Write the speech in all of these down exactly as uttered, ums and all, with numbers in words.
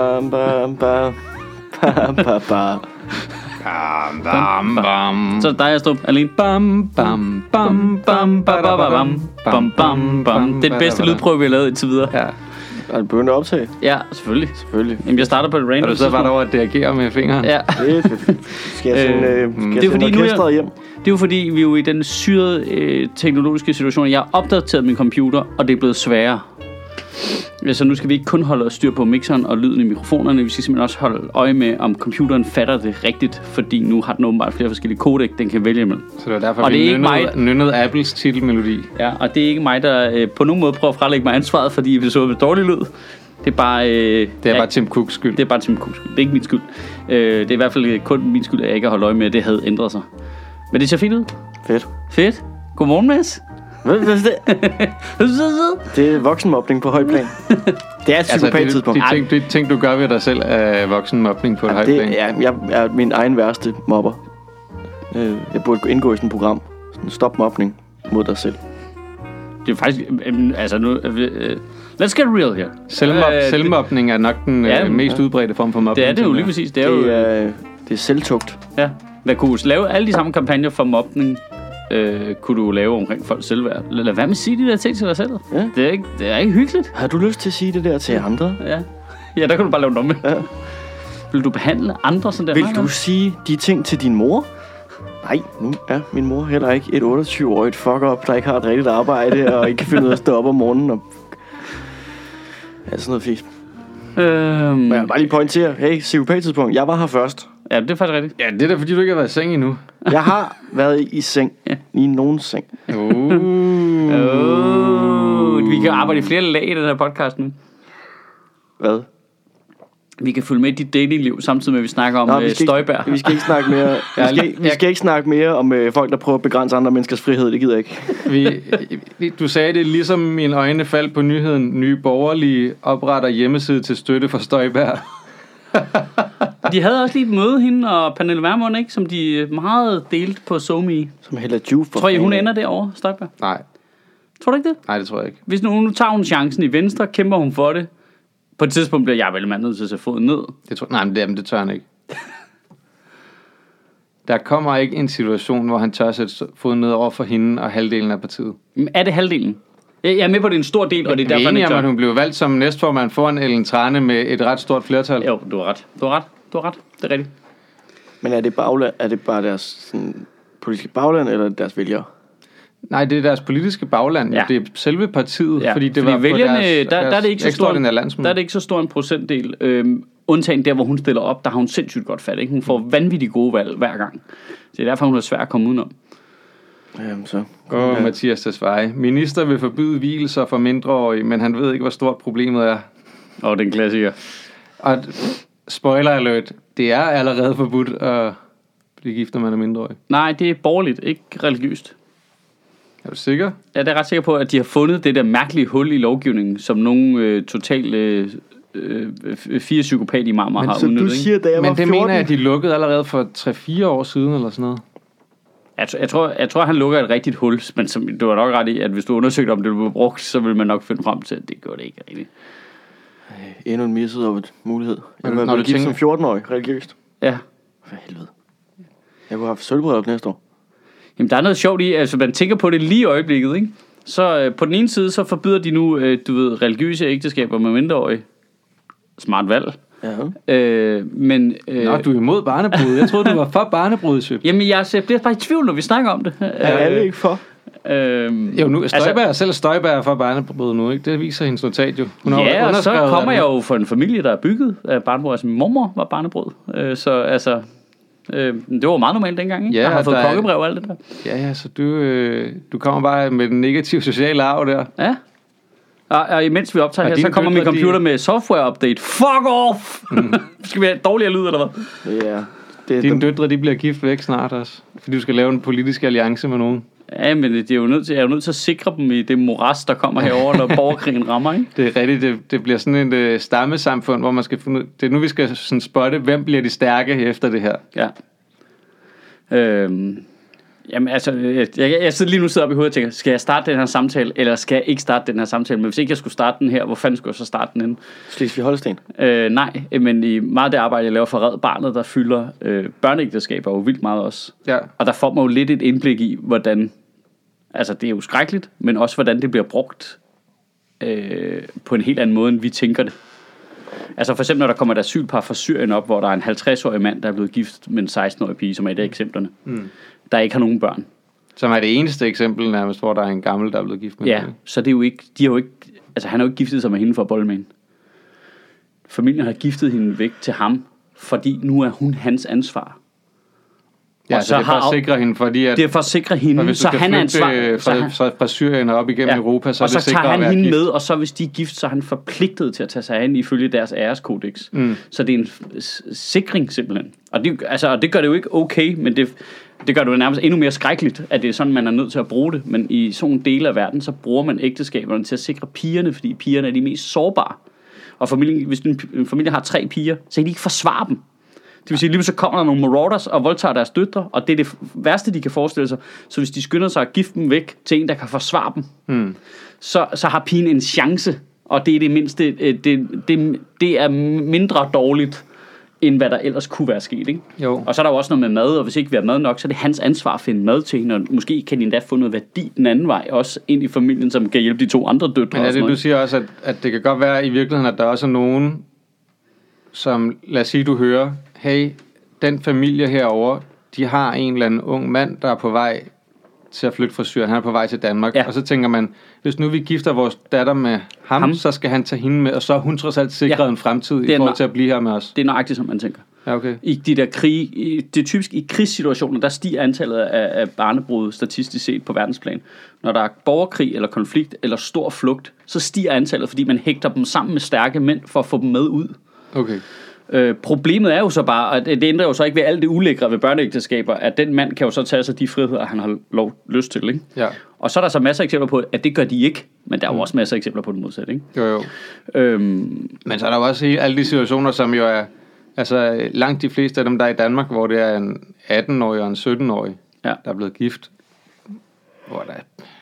bam, bam, bam, bam, bam, bam. Bam, bam, bam. Så der er stået alene. Bam, bam, bam, bam, bam, bam, bam, bam, bam. Det er den bedste lydprøve, vi har lavet indtil videre. Ja. Er du begyndt at optage? Ja, selvfølgelig. Selvfølgelig. Jamen, jeg starter på et random. Og du så bare derovre at dirigere med fingeren. Ja. Det er fedt. Skal jeg sende, øh, skal det er jeg fordi, sende nu orkestret hjem? Det er jo fordi, vi er jo i den syrede øh, teknologiske situation. Jeg har opdateret min computer, og det er blevet sværere. Så nu skal vi ikke kun holde styr på mixeren og lyden i mikrofonerne. Vi skal simpelthen også holde øje med, om computeren fatter det rigtigt. Fordi nu har den åbenbart flere forskellige codec, den kan vælge imellem. Så det er derfor, og vi det er nynnede, ikke mig, nynnede Apples titelmelodi. Ja, og det er ikke mig, der øh, på nogen måde prøver at frelægge mig ansvaret, fordi episoden med dårlig lyd. Det er bare... Øh, Det er ja, bare Tim Cooks skyld. Det er bare Tim Cooks skyld. Det er ikke min skyld. Øh, det er i hvert fald kun min skyld, at jeg ikke har holdt øje med, at det havde ændret sig. Men det ser fint ud. Fedt. Fedt. Godmorgen, Mads. Hvad er det? Det er voksenmobning på højt plan. Det er et psykopat-tidspunkt. Altså, det, de, ting, de ting, du gør ved dig selv, er voksenmobning på et højt det, plan. Ja, jeg er min egen værste mobber. Jeg burde indgå i sådan et program. Sådan stop mobning mod dig selv. Det er faktisk... Øh, altså nu... Øh, let's get real her. Selvmob, øh, selvmobning er nok den ja, øh, mest udbredte form for mobning. Det er det jo lige præcis. Det er, det jo, er, det er selvtugt. Ja. Hvad kunne du lave alle de samme kampagner for mobning? Øh, kunne du lave omkring folks selvværd? Lad være med at sige de der ting til dig selv. Ja. Det er ikke, det er ikke hyggeligt. Har du lyst til at sige det der til andre? Ja, ja der kan du bare lave noget med. Ja. Vil du behandle andre sådan der? Vil du sige de ting til din mor? Nej, nu er min mor heller ikke et otteogtyve-årigt fuck-up, der ikke har et rigtigt arbejde, og ikke kan finde ud af at stå op om morgenen. Og... Ja, sådan noget fisk. Øhm... Men jeg vil bare lige pointere, hey, psykopat-tidspunkt, jeg var her først. Ja, det er faktisk rigtigt. Ja, det er da fordi, du ikke har været i seng endnu. Jeg har været i seng. I nogen seng. Uh. Oh, vi kan arbejde i flere lag i den her podcast nu. Hvad? Vi kan følge med i dit datingliv, samtidig med, at vi snakker om Nå, vi øh, skal Støjberg. Ikke, vi skal ikke snakke mere, vi skal, vi skal ikke snakke mere om øh, folk, der prøver at begrænse andre menneskers frihed. Det gider jeg ikke. vi, vi, du sagde det ligesom mine øjne faldt på nyheden. Nye Borgerlige opretter hjemmeside til støtte for Støjberg. De havde også lige et møde, hende og Pernille Vermund, ikke? Som de meget delte på SoMe. Som heller Juve for Tror I, hun fanden. ender derovre, Støjberg? Nej. Tror du ikke det? Nej, det tror jeg ikke. Hvis nu, nu tager hun chancen i Venstre, kæmper hun for det. På et tidspunkt bliver jeg vel nødt til at sætte foden ned. Det tror, nej, men det, men det tør han ikke. Der kommer ikke en situation, hvor han tør sætte foden ned over for hende og halvdelen af partiet. Men er det halvdelen? Jeg er med på, at det er en stor del, og det er Vi er derfor, enige han om, ikke at hun blev valgt som næstformand foran Ellen Trane med et ret stort flertal. Jo, du har ret. Du har ret. Du har ret. Det er rigtigt. Men er det, bagland, er det bare deres sådan, politiske bagland, eller deres vælgere? Nej, det er deres politiske bagland. Ja. Det er selve partiet, Ja, fordi det fordi var vælgerne, på deres, der, deres der, er det ikke så stor, ekstraordinære landsmøde. der er det ikke så stor en procentdel. Øhm, undtagen der, hvor hun stiller op, der har hun sindssygt godt fat. Ikke? Hun får vanvittigt gode valg hver gang. Det er derfor, hun er svær at komme udenom. Jamen så. Åh, oh, Ja. Mathias Tesfaye. Minister vil forbyde hvilelser for mindreårige, men han ved ikke, hvor stort problemet er. Åh, oh, den klassiker. Og spoiler alert, det er allerede forbudt at blive gift, når man er mindreårig. Nej, det er borgerligt, ikke religiøst. Er du sikker? Ja, det er ret sikker på, at de har fundet det der mærkelige hul i lovgivningen, som nogle øh, totalt øh, øh, fire psykopat imamer har Så udnyttet. du siger, da jeg Men var det fjorten... mener jeg, at de lukkede allerede for tre fire år siden, eller sådan noget. Jeg, jeg, tror, jeg tror, han lukker et rigtigt hul, men som, du har nok ret i, at hvis du undersøgte, om det blev brugt, så vil man nok finde frem til, at det gør det ikke rigtigt. Endnu en misset over mulighed. Jeg Når var du blevet gift tænker- som fjorten-årig, religiøst. Ja. For helvede. Jeg kunne have haft sølvbryllup næste år. Jamen, der er noget sjovt i, altså man tænker på det lige i øjeblikket, ikke? Så øh, på den ene side, så forbyder de nu, øh, du ved, religiøse ægteskaber med mindreårige. Smart valg. Ja. Øh, men... Øh, Nå, du er imod barnebrud. Jeg troede, du var for barnebrud, Søb. Jamen, jeg, jeg bliver bare i tvivl, når vi snakker om det. Er alle ikke for? Øh, Jo, nu Støjberg, altså, altså, selv Støjberg er for barnebrud nu, ikke? Det viser hendes notat jo. Hun har ja, og så underskrevet, kommer at- jeg jo fra en familie, der er bygget af barnebrud. Altså, min mormor var barnebrud. Øh, så altså... Øh, det var meget normalt dengang, ikke? Ja, Jeg har fået der er- kongebrev og alt det der. Ja, ja, så du, øh, du kommer bare med den negative sociale arv der. Ja. Og, og imens vi optager Og her, så dine kommer min døtre, de- computer med software update. Fuck off! Mm. Skal vi have dårligere lyd, eller hvad? Ja. Det er Dine dem. døtre, de bliver gift væk snart også. Fordi du skal lave en politisk alliance med nogen. Ja, men det er jo nødt til, jeg er jo nødt til at sikre dem i det moras, der kommer herover, når borgerkrigen rammer, ikke? Det er rigtigt, det, det bliver sådan et øh, stammesamfund, hvor man skal finde ud- det er nu, vi skal sådan spotte, hvem bliver de stærke efter det her. Ja. Øhm, Jamen altså, jeg, jeg, jeg sidder lige nu sidder op i hovedet og tænker, skal jeg starte den her samtale, eller skal jeg ikke starte den her samtale? Men hvis ikke jeg skulle starte den her, hvor fanden skulle jeg så starte den henne? Slesvig-Holsten? Øh, nej, men i meget af det arbejde, jeg laver for Red Barnet, der fylder øh, børneægteskaber jo vildt meget også. Ja. Og der får man jo lidt et indblik i, hvordan, altså det er jo skrækkeligt, men også hvordan det bliver brugt øh, på en helt anden måde, end vi tænker det. Altså for eksempel, når der kommer et asylpar fra Syrien op, hvor der er en halvtreds-årig mand, der er blevet gift med en seksten-årig pige, som er et af eksemplerne, mm. der ikke har nogen børn. Som er det eneste eksempel nærmest, hvor der er en gammel, der er blevet gift med. Ja, så det er jo ikke, de har jo ikke, altså han har jo ikke giftet sig med hende for at bolle med hende. Familien har giftet hende væk til ham, fordi nu er hun hans ansvar. Ja, og så, så det er for at sikre hende, fordi at... Det er for at sikre hende, så han er ansvar... Fra, han, fra, fra Syrien og op igennem ja, Europa, så og er det så tager han hende gift. med, og så hvis de er gift, så er han forpligtet til at tage sig af hende ifølge deres æreskodex. Mm. Så det er en sikring simpelthen. Og det, altså, det gør det jo ikke okay, men det, det gør det jo nærmest endnu mere skrækkeligt, at det er sådan, man er nødt til at bruge det. Men i sådan en del af verden, så bruger man ægteskaberne til at sikre pigerne, fordi pigerne er de mest sårbare. Og familien, hvis en, en familie har tre piger, så kan de ikke forsvare dem. Det vil sige, lige så kommer der nogle marauders og voldtager deres døtre, og det er det værste, de kan forestille sig. Så hvis de skynder sig at gifte dem væk til en, der kan forsvare dem, hmm. så, så har pigen en chance, og det er det mindste, det, det, det er mindre dårligt, end hvad der ellers kunne være sket. Ikke? Jo. Og så er der jo også noget med mad, og hvis ikke vi har mad nok, så er det hans ansvar at finde mad til hende, og måske kan de endda få noget værdi den anden vej, også ind i familien, som kan hjælpe de to andre døtre. Men er det, du siger også, at, at det kan godt være i virkeligheden, at der også er nogen, som, lad os sige, du hører, hey, den familie herovre, de har en eller anden ung mand, der er på vej til at flytte fra Syrien. Han er på vej til Danmark. Ja. Og så tænker man, hvis nu vi gifter vores datter med ham, ham. så skal han tage hende med, og så er hun trods alt sikret ja. en fremtid i forhold til at blive her med os. Det er nøjagtigt, som man tænker. Ja, okay. I de der krig, det er typisk i krigssituationer, der stiger antallet af, af barnebrud statistisk set på verdensplan. Når der er borgerkrig eller konflikt eller stor flugt, så stiger antallet, fordi man hægter dem sammen med stærke mænd for at få dem med ud. Okay. Øh, problemet er jo så bare, og det, det ændrer jo så ikke ved alt det ulækre ved børneægteskaber, at den mand kan jo så tage sig de friheder, han har lov, lyst til, ikke? Ja. Og så er der så masser af eksempler på, at det gør de ikke, men der er jo mm. også masser af eksempler på det modsatte, ikke? Jo, jo. Øhm, men så er der jo også alle de situationer, som jo er, altså langt de fleste af dem, der er i Danmark, hvor det er en atten-årig og en sytten-årig, ja. der er blevet gift, hvor der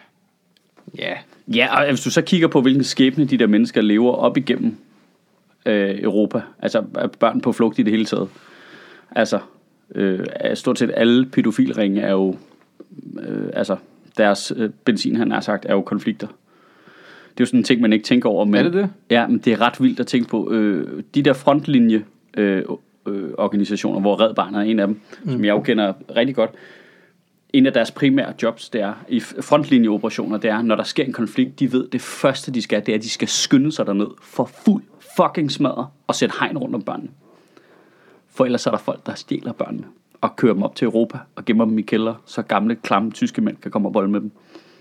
ja. Ja, og hvis du så kigger på, hvilken skæbne de der mennesker lever op igennem Øh, Europa, altså børn på flugt i det hele taget. Altså, øh, stort set alle pædofilringe er jo, øh, altså deres øh, benzin, han har sagt, er jo konflikter. Det er jo sådan en ting, man ikke tænker over. Men, er det det? Ja, men det er ret vildt at tænke på. Øh, de der frontlinje øh, øh, organisationer, hvor Red Barnet er en af dem, mm. som jeg jo kender rigtig godt. En af deres primære jobs, det er i frontlinjeoperationer, det er, når der sker en konflikt, de ved, det første de skal, det er, at de skal skynde sig derned for fuld fucking smadre og sætte hegn rundt om børnene. For ellers er der folk, der stjæler børnene og kører dem op til Europa og gemmer dem i kælder, så gamle, klamme tyske mænd kan komme og bolle med dem.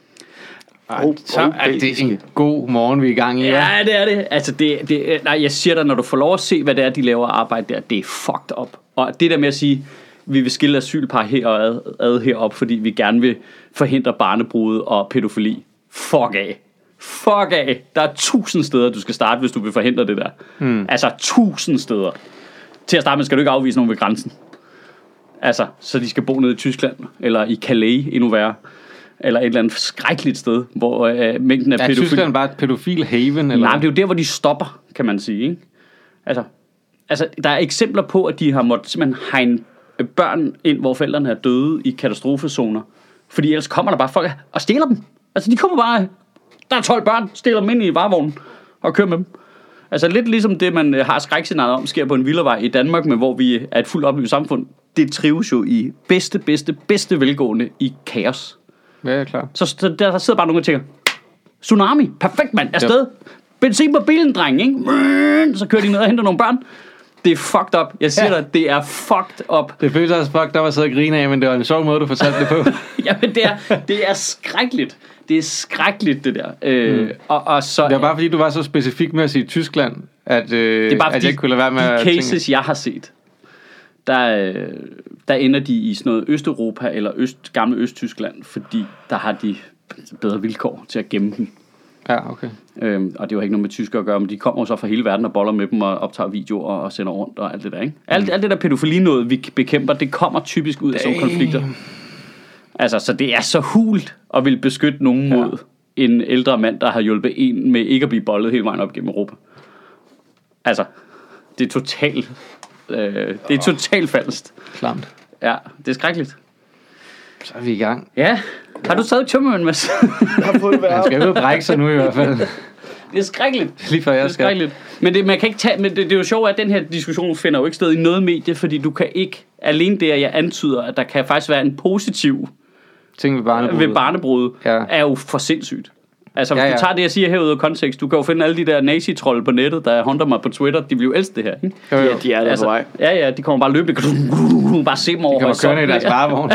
Ej, oh, så er det en god morgen, vi er i gang i. Ja, det er det. Altså, det, det, nej, jeg siger dig, når du får lov at se, hvad det er, de laver arbejde der, det er fucked up. Og det der med at sige, vi vil skille asylpar her og ad, ad herop, fordi vi gerne vil forhindre barnebrud og pædofili. Fuck af. Fuck af. Der er tusind steder, du skal starte, hvis du vil forhindre det der. Hmm. Altså tusind steder. Til at starte med skal du ikke afvise nogen ved grænsen. Altså, så de skal bo nede i Tyskland, eller i Calais, endnu værre. Eller et eller andet skrækkeligt sted, hvor øh, mængden af er pædofil... Er Tyskland bare et pædofil haven? Eller? Nej, det er jo der, hvor de stopper, kan man sige. Ikke? Altså, altså, der er eksempler på, at de har måttet simpelthen hegne børn ind, hvor forældrene er døde i katastrofezoner. Fordi ellers kommer der bare folk og stjæler dem. Altså, de kommer bare... Der er tolv børn, stjæler dem ind i varevognen og kører med dem. Altså, lidt ligesom det, man har skrækscenariet om, sker på en villavej i Danmark, men hvor vi er et fuldt oplyst samfund. Det trives jo i bedste, bedste, bedste velgående i kaos. Ja, ja, klar. Så der, der sidder bare nogen og tænker, tsunami, perfekt mand, afsted. Ja. Benzin på bilen, dreng, ikke? Så kører de ned og henter nogle børn. Det er fucked up. Jeg siger ja. dig, det er fucked up. Det føles også fucked up at sidde og grine af, men det var en sjov måde, du fortalte det på. Jamen, det er, det er skrækkeligt. Det er skrækkeligt, det der. Øh, mm. og, og så, det var bare fordi, du var så specifik med at sige Tyskland, at, øh, det er bare, at jeg ikke kunne lade være med de at cases, tænke. jeg har set, der, der ender de i sådan noget Østeuropa eller Øst, gamle Østtyskland, fordi der har de bedre vilkår til at gemme dem. Ja, okay. Øhm, og det er jo ikke noget med tyskere at gøre, men de kommer så fra hele verden og boller med dem og optager videoer og, og sender rundt og alt det der, ikke? Alt, mm. alt det der pædofili noget, vi bekæmper, det kommer typisk ud af sådan konflikter. Altså, så det er så hult at vil beskytte nogen ja. mod en ældre mand, der har hjulpet en med ikke at blive bollet hele vejen op gennem Europa. Altså, det er totalt, øh, det er totalt falsk. Klamt. Ja, det er skrækkeligt. Så er vi i gang. Ja, har du taget tømmermænd, Mads? Jeg har fået Han skal jo brække sig nu i hvert fald. Det er skrækkeligt. Lige før jeg Det er skal. skrækkeligt. Men det, man kan ikke tage, men det, det er jo sjovt, at den her diskussion finder jo ikke sted i noget medie, fordi du kan ikke, alene det, at jeg antyder, at der kan faktisk være en positiv Ting ved barnebruddet. ved barnebrud, Ja. er jo for sindssygt. Altså, hvis Ja, ja, ja. du tager det, jeg siger herude af kontekst, du kan jo finde alle de der nazi-trolde på nettet, der hunter mig på Twitter, de vil jo elske det her, ikke? Jo, jo. Ja, de er der Altså, på vej. ja, ja, de kommer bare løbende, bare se dem over De kommer kørende i deres varevogn.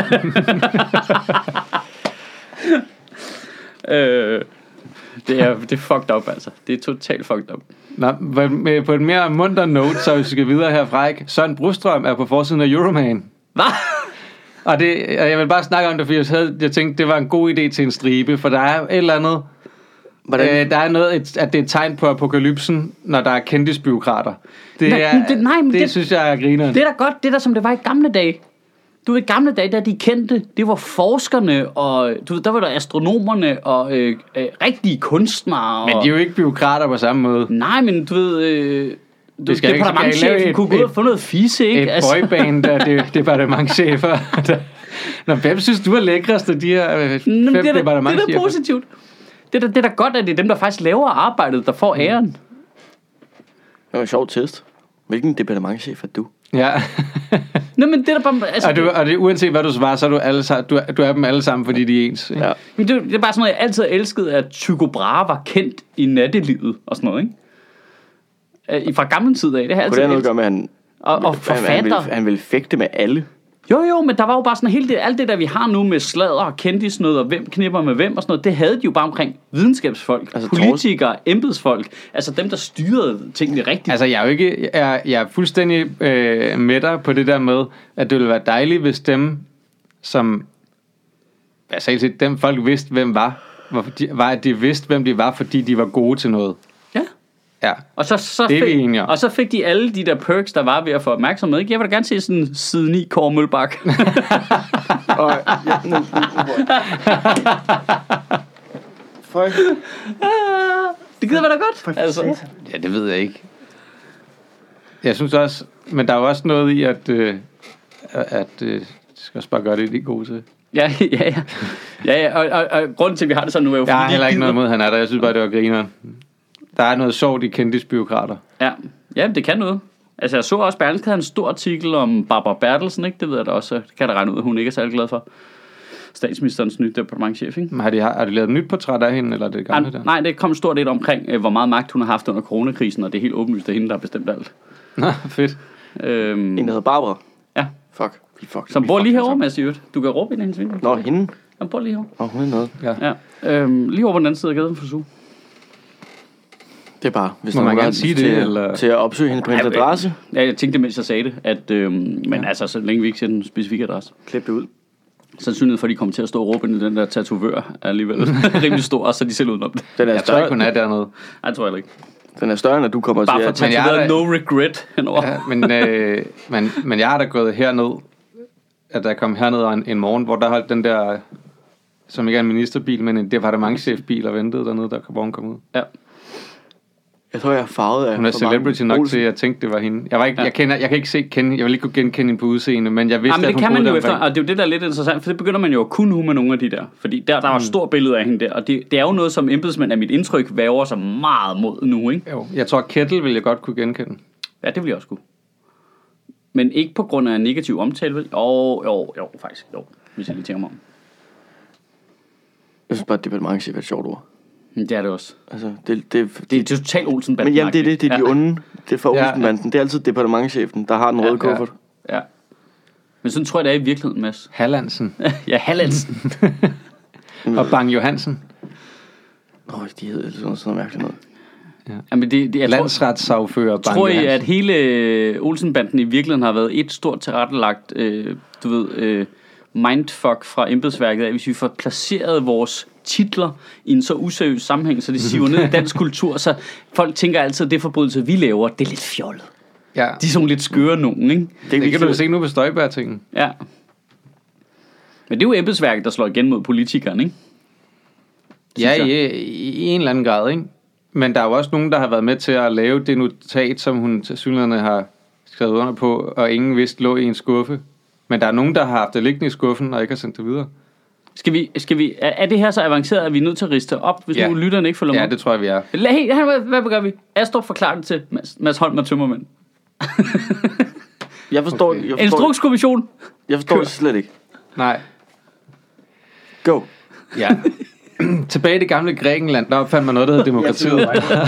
øh, det, er, det er fucked up, altså. Det er totalt fucked up. Nå, med- på et mere munter note, så hvis vi skal videre herfra, ikke? Søren Brostrøm er på forsiden af Euroman. Hvad? Og det, og jeg vil bare snakke om det, fordi jeg, havde, jeg tænkte, det var en god idé til en stribe, for der er et eller andet, Hvordan? øh, der er noget, et, at det er et tegn på apokalypsen, når der er kendisbureaukrater. Det, Nej, er, men det- nej, men det, det- synes jeg er grineren. Det er da godt, det er da som det var i gamle dage. Du ved, i gamle dage, der de kendte, det var forskerne, og du ved, der var der astronomerne, og øh, øh, rigtige kunstnere. Men og, de er jo ikke bureaukrater på samme måde. Nej, men du ved, øh, du, Det skal ikke- skal jeg lave departementschefen et- kunne gå ud og et- få noget fisse, ikke? Et boyband af det, departementchefer. Nå, hvem synes du er lækrest af de her øh, fem Nå, men det, er da, det er da departementchefer? positivt. Det er, da, det er da godt, at det er dem, der faktisk laver arbejdet, der får æren. Det var en sjov test. Hvilken departementchef er du? Ja. Nå, men det er da bare... Altså, og, du, og det, uanset hvad du svarer, så er du, alle, sa- du, er- du er dem alle sammen, fordi de er ens. Ikke? Ja. men det, det er bare sådan noget, jeg altid har elsket, at Tycho Brahe var kendt i nattelivet og sådan noget, ikke? Øh, Fra gamle tid af, det har jeg Kunne altid det have noget at elsket. gøre med, at han, Og, og han, han, forfatter. ville, han ville fægte med alle? Jo, jo, men der var jo bare sådan helt det, alt det der, vi har nu med sladder og kendisnød og hvem knipper med hvem og sådan noget, det havde de jo bare omkring videnskabsfolk, Altså, altså, politikere, embedsfolk, altså dem, der styrede tingene rigtigt. Altså, jeg er jo ikke, jeg, er- jeg er fuldstændig øh, med dig på det der med, at det ville være dejligt, hvis dem, som, jeg sagde til, dem folk vidste, hvem var, var, de, var, at de vidste, hvem de var, fordi de var gode til noget. Ja. Ja. Og så, så Det er vi fik, enige om. og så fik de alle de der perks, der var ved at få opmærksomhed. Ikke? Jeg vil da gerne se sådan en side ni Kåre Mølbak. Og, ja, nu, nu, nu, Fuck. Det gider være da godt. Altså. Ja, det ved jeg ikke. Jeg synes også, men der er jo også noget i, at, øh, at øh, det skal også bare gøre det, de er gode til. Ja, ja, ja. ja, ja og, og, og, grunden til, at vi har det sådan nu, er jo Jeg har fordi, heller de ikke gider. noget mod, han er der. Jeg synes bare, det var grineren. Der er noget sjovt i kendisbureaukrater. Ja, ja, det kan noget. Altså, jeg så også, Berlingske havde en stor artikel om Barbara Bertelsen, ikke? Det ved jeg da også. Det kan jeg da regne ud, at hun ikke er særlig glad for. Statsministerens nye departementchef, ikke? Men har de, har de lavet et nyt portræt af hende, eller er det gamle der? Nej, nej, det kom stort lidt omkring, øh, hvor meget magt hun har haft under coronakrisen, og det er helt åbenlyst af hende, der har bestemt alt. Nå, fedt. Øhm, En, der hedder Barbara. ja, Fuck. Vi fuck. som vi bor fuck lige os herovre, op. Mads, i øvrigt. Du kan råbe ind i hendes vindue. Nå, hende. Han bor lige herovre. Nå, hun er noget. Ja. Øhm, lige over på den anden side af gaden for Su. Det er bare, hvis Må der man er nogen, gerne der sige til, det, at- eller? til at opsøge hende på hendes Ja, adresse. Ja, jeg tænkte, mens jeg sagde det, at, øhm, men altså, så længe vi ikke siger den specifikke adresse. Klip det ud. Sandsynligheden for, at de kommer til at stå og råbe ind i den der tatovør, er alligevel rimelig stor, og så er de selv udenom det. Den er, Jeg tror ikke, hun større, er dernede. Nej, jeg tror heller ikke. den er større, end at du kommer Bare til for at... Men jeg er tatoveret da- no regret henover. Ja, men, øh, men, men jeg har da gået herned, at der kom herned en, en morgen, hvor der holdt den der, som ikke er en ministerbil, men en departementchefbil og ventede dernede, der kom, kom ud. Ja. Jeg tror, jeg er farvet af... Hun er for mange celebrity nok Olsen. til, at jeg tænkte, det var hende. Jeg, var ikke, Ja. jeg, kender, jeg kan ikke se kende, jeg vil ikke kunne genkende hende på udseende, men jeg vidste, Ja, men det at hun kan man boede jo der efter, omkring. og det er jo det, der er lidt interessant, for det begynder man jo at kunne nu med nogle af de der. Fordi der, der var et stort billede af hende der, og det, det er jo noget, som embedsmænd af mit indtryk væver sig meget mod nu, ikke? Jo, jeg tror, Kettle vil jeg godt kunne genkende. Ja, det vil jeg også kunne. Men ikke på grund af en negativ omtale, vel? Jo, jo, jo, faktisk, jo, hvis jeg lige tænker mig om. Jeg synes bare, at departementchef er et sjovt ord. Men det er det også. Altså, det, det, Det er totalt Olsen-banden. men jamen, det er det. Det er de onde. Det er for Ja. Olsenbanden. Det er altid departementchefen, der har den røde Ja, ja. kuffert. Ja. Men sådan tror jeg, det er i virkeligheden, Mads. Hallandsen Ja, Hallandsen. og Bang Johansen. Åh, de hedder sådan noget, sådan noget mærkeligt noget. Jamen, det, det, jeg tror, Landsretssagfører Bang tror I, Johansen. at hele øh, Olsen-banden i virkeligheden har været et stort tilrettelagt, øh, du ved, øh, mindfuck fra embedsværket af, hvis vi får placeret vores titler i en så useriøs sammenhæng, så det siver ned i dansk kultur, så folk tænker altid, at det forbrydelse, vi laver, det er lidt fjollet. Ja, De er sådan lidt skøre nogen, ikke? Det, det kan du jo se nu på Støjberg-tingen. Ja. Men det er jo embedsværket, der slår igen mod politikeren, ikke? Ja, i, i en eller anden grad, ikke? Men der er jo også nogen, der har været med til at lave det notat, som hun til synligheden har skrevet under på, og ingen vidste lå i en skuffe. Men der er nogen, der har haft det liggende i skuffen, og ikke har sendt det videre. Skal vi, skal vi, er det her så avanceret, at vi er nødt til at riste op, hvis ja. nu lytterne ikke følger med? Ja, det tror jeg, vi er. Hey, hvad, hvad gør vi? Astrup forklarer det til Mads, Mads Holm og Tømmermænd. Jeg forstår, okay. jeg forstår Instrukskommission. Jeg forstår det slet ikke. Nej. Go. Ja. Tilbage i det gamle Grækenland, der opfandt man noget, der hedder demokratiet.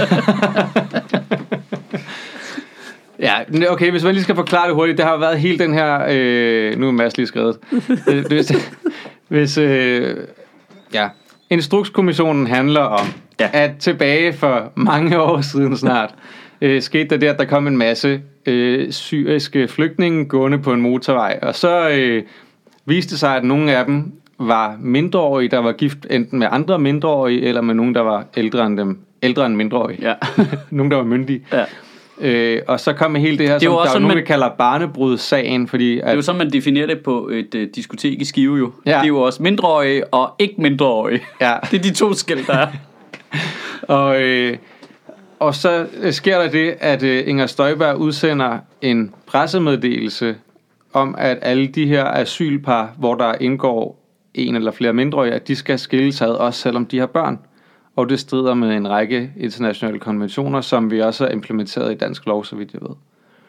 Ja, okay, hvis man lige skal forklare det hurtigt, det har været hele den her, øh, nu er Mads lige skrevet, hvis, hvis øh, ja, Instrukskommissionen handler om, ja. at tilbage for mange år siden snart, øh, skete der det, at der kom en masse øh, syriske flygtninge gående på en motorvej, og så øh, viste sig, at nogle af dem var mindreårige, der var gift enten med andre mindreårige, eller med nogen, der var ældre end dem, ældre end mindreårige. Ja. Nogen, der var myndige. Ja. Øh, og så kom hele det her, det som der er nogen, man, der kalder barnebrudssagen, fordi at, det er jo sådan, man definerer det på et uh, diskotek i Skive jo. Ja. Det er jo også mindreårige og ikke mindreårige. Ja. Det er de to skæld, der er. og, øh, og så øh, sker der det, at øh, Inger Støjberg udsender en pressemeddelelse om, at alle de her asylpar, hvor der indgår en eller flere mindreårige, at de skal skilles ad, også selvom de har børn. Og det strider med en række internationale konventioner, som vi også har implementeret i dansk lov, så vidt jeg ved.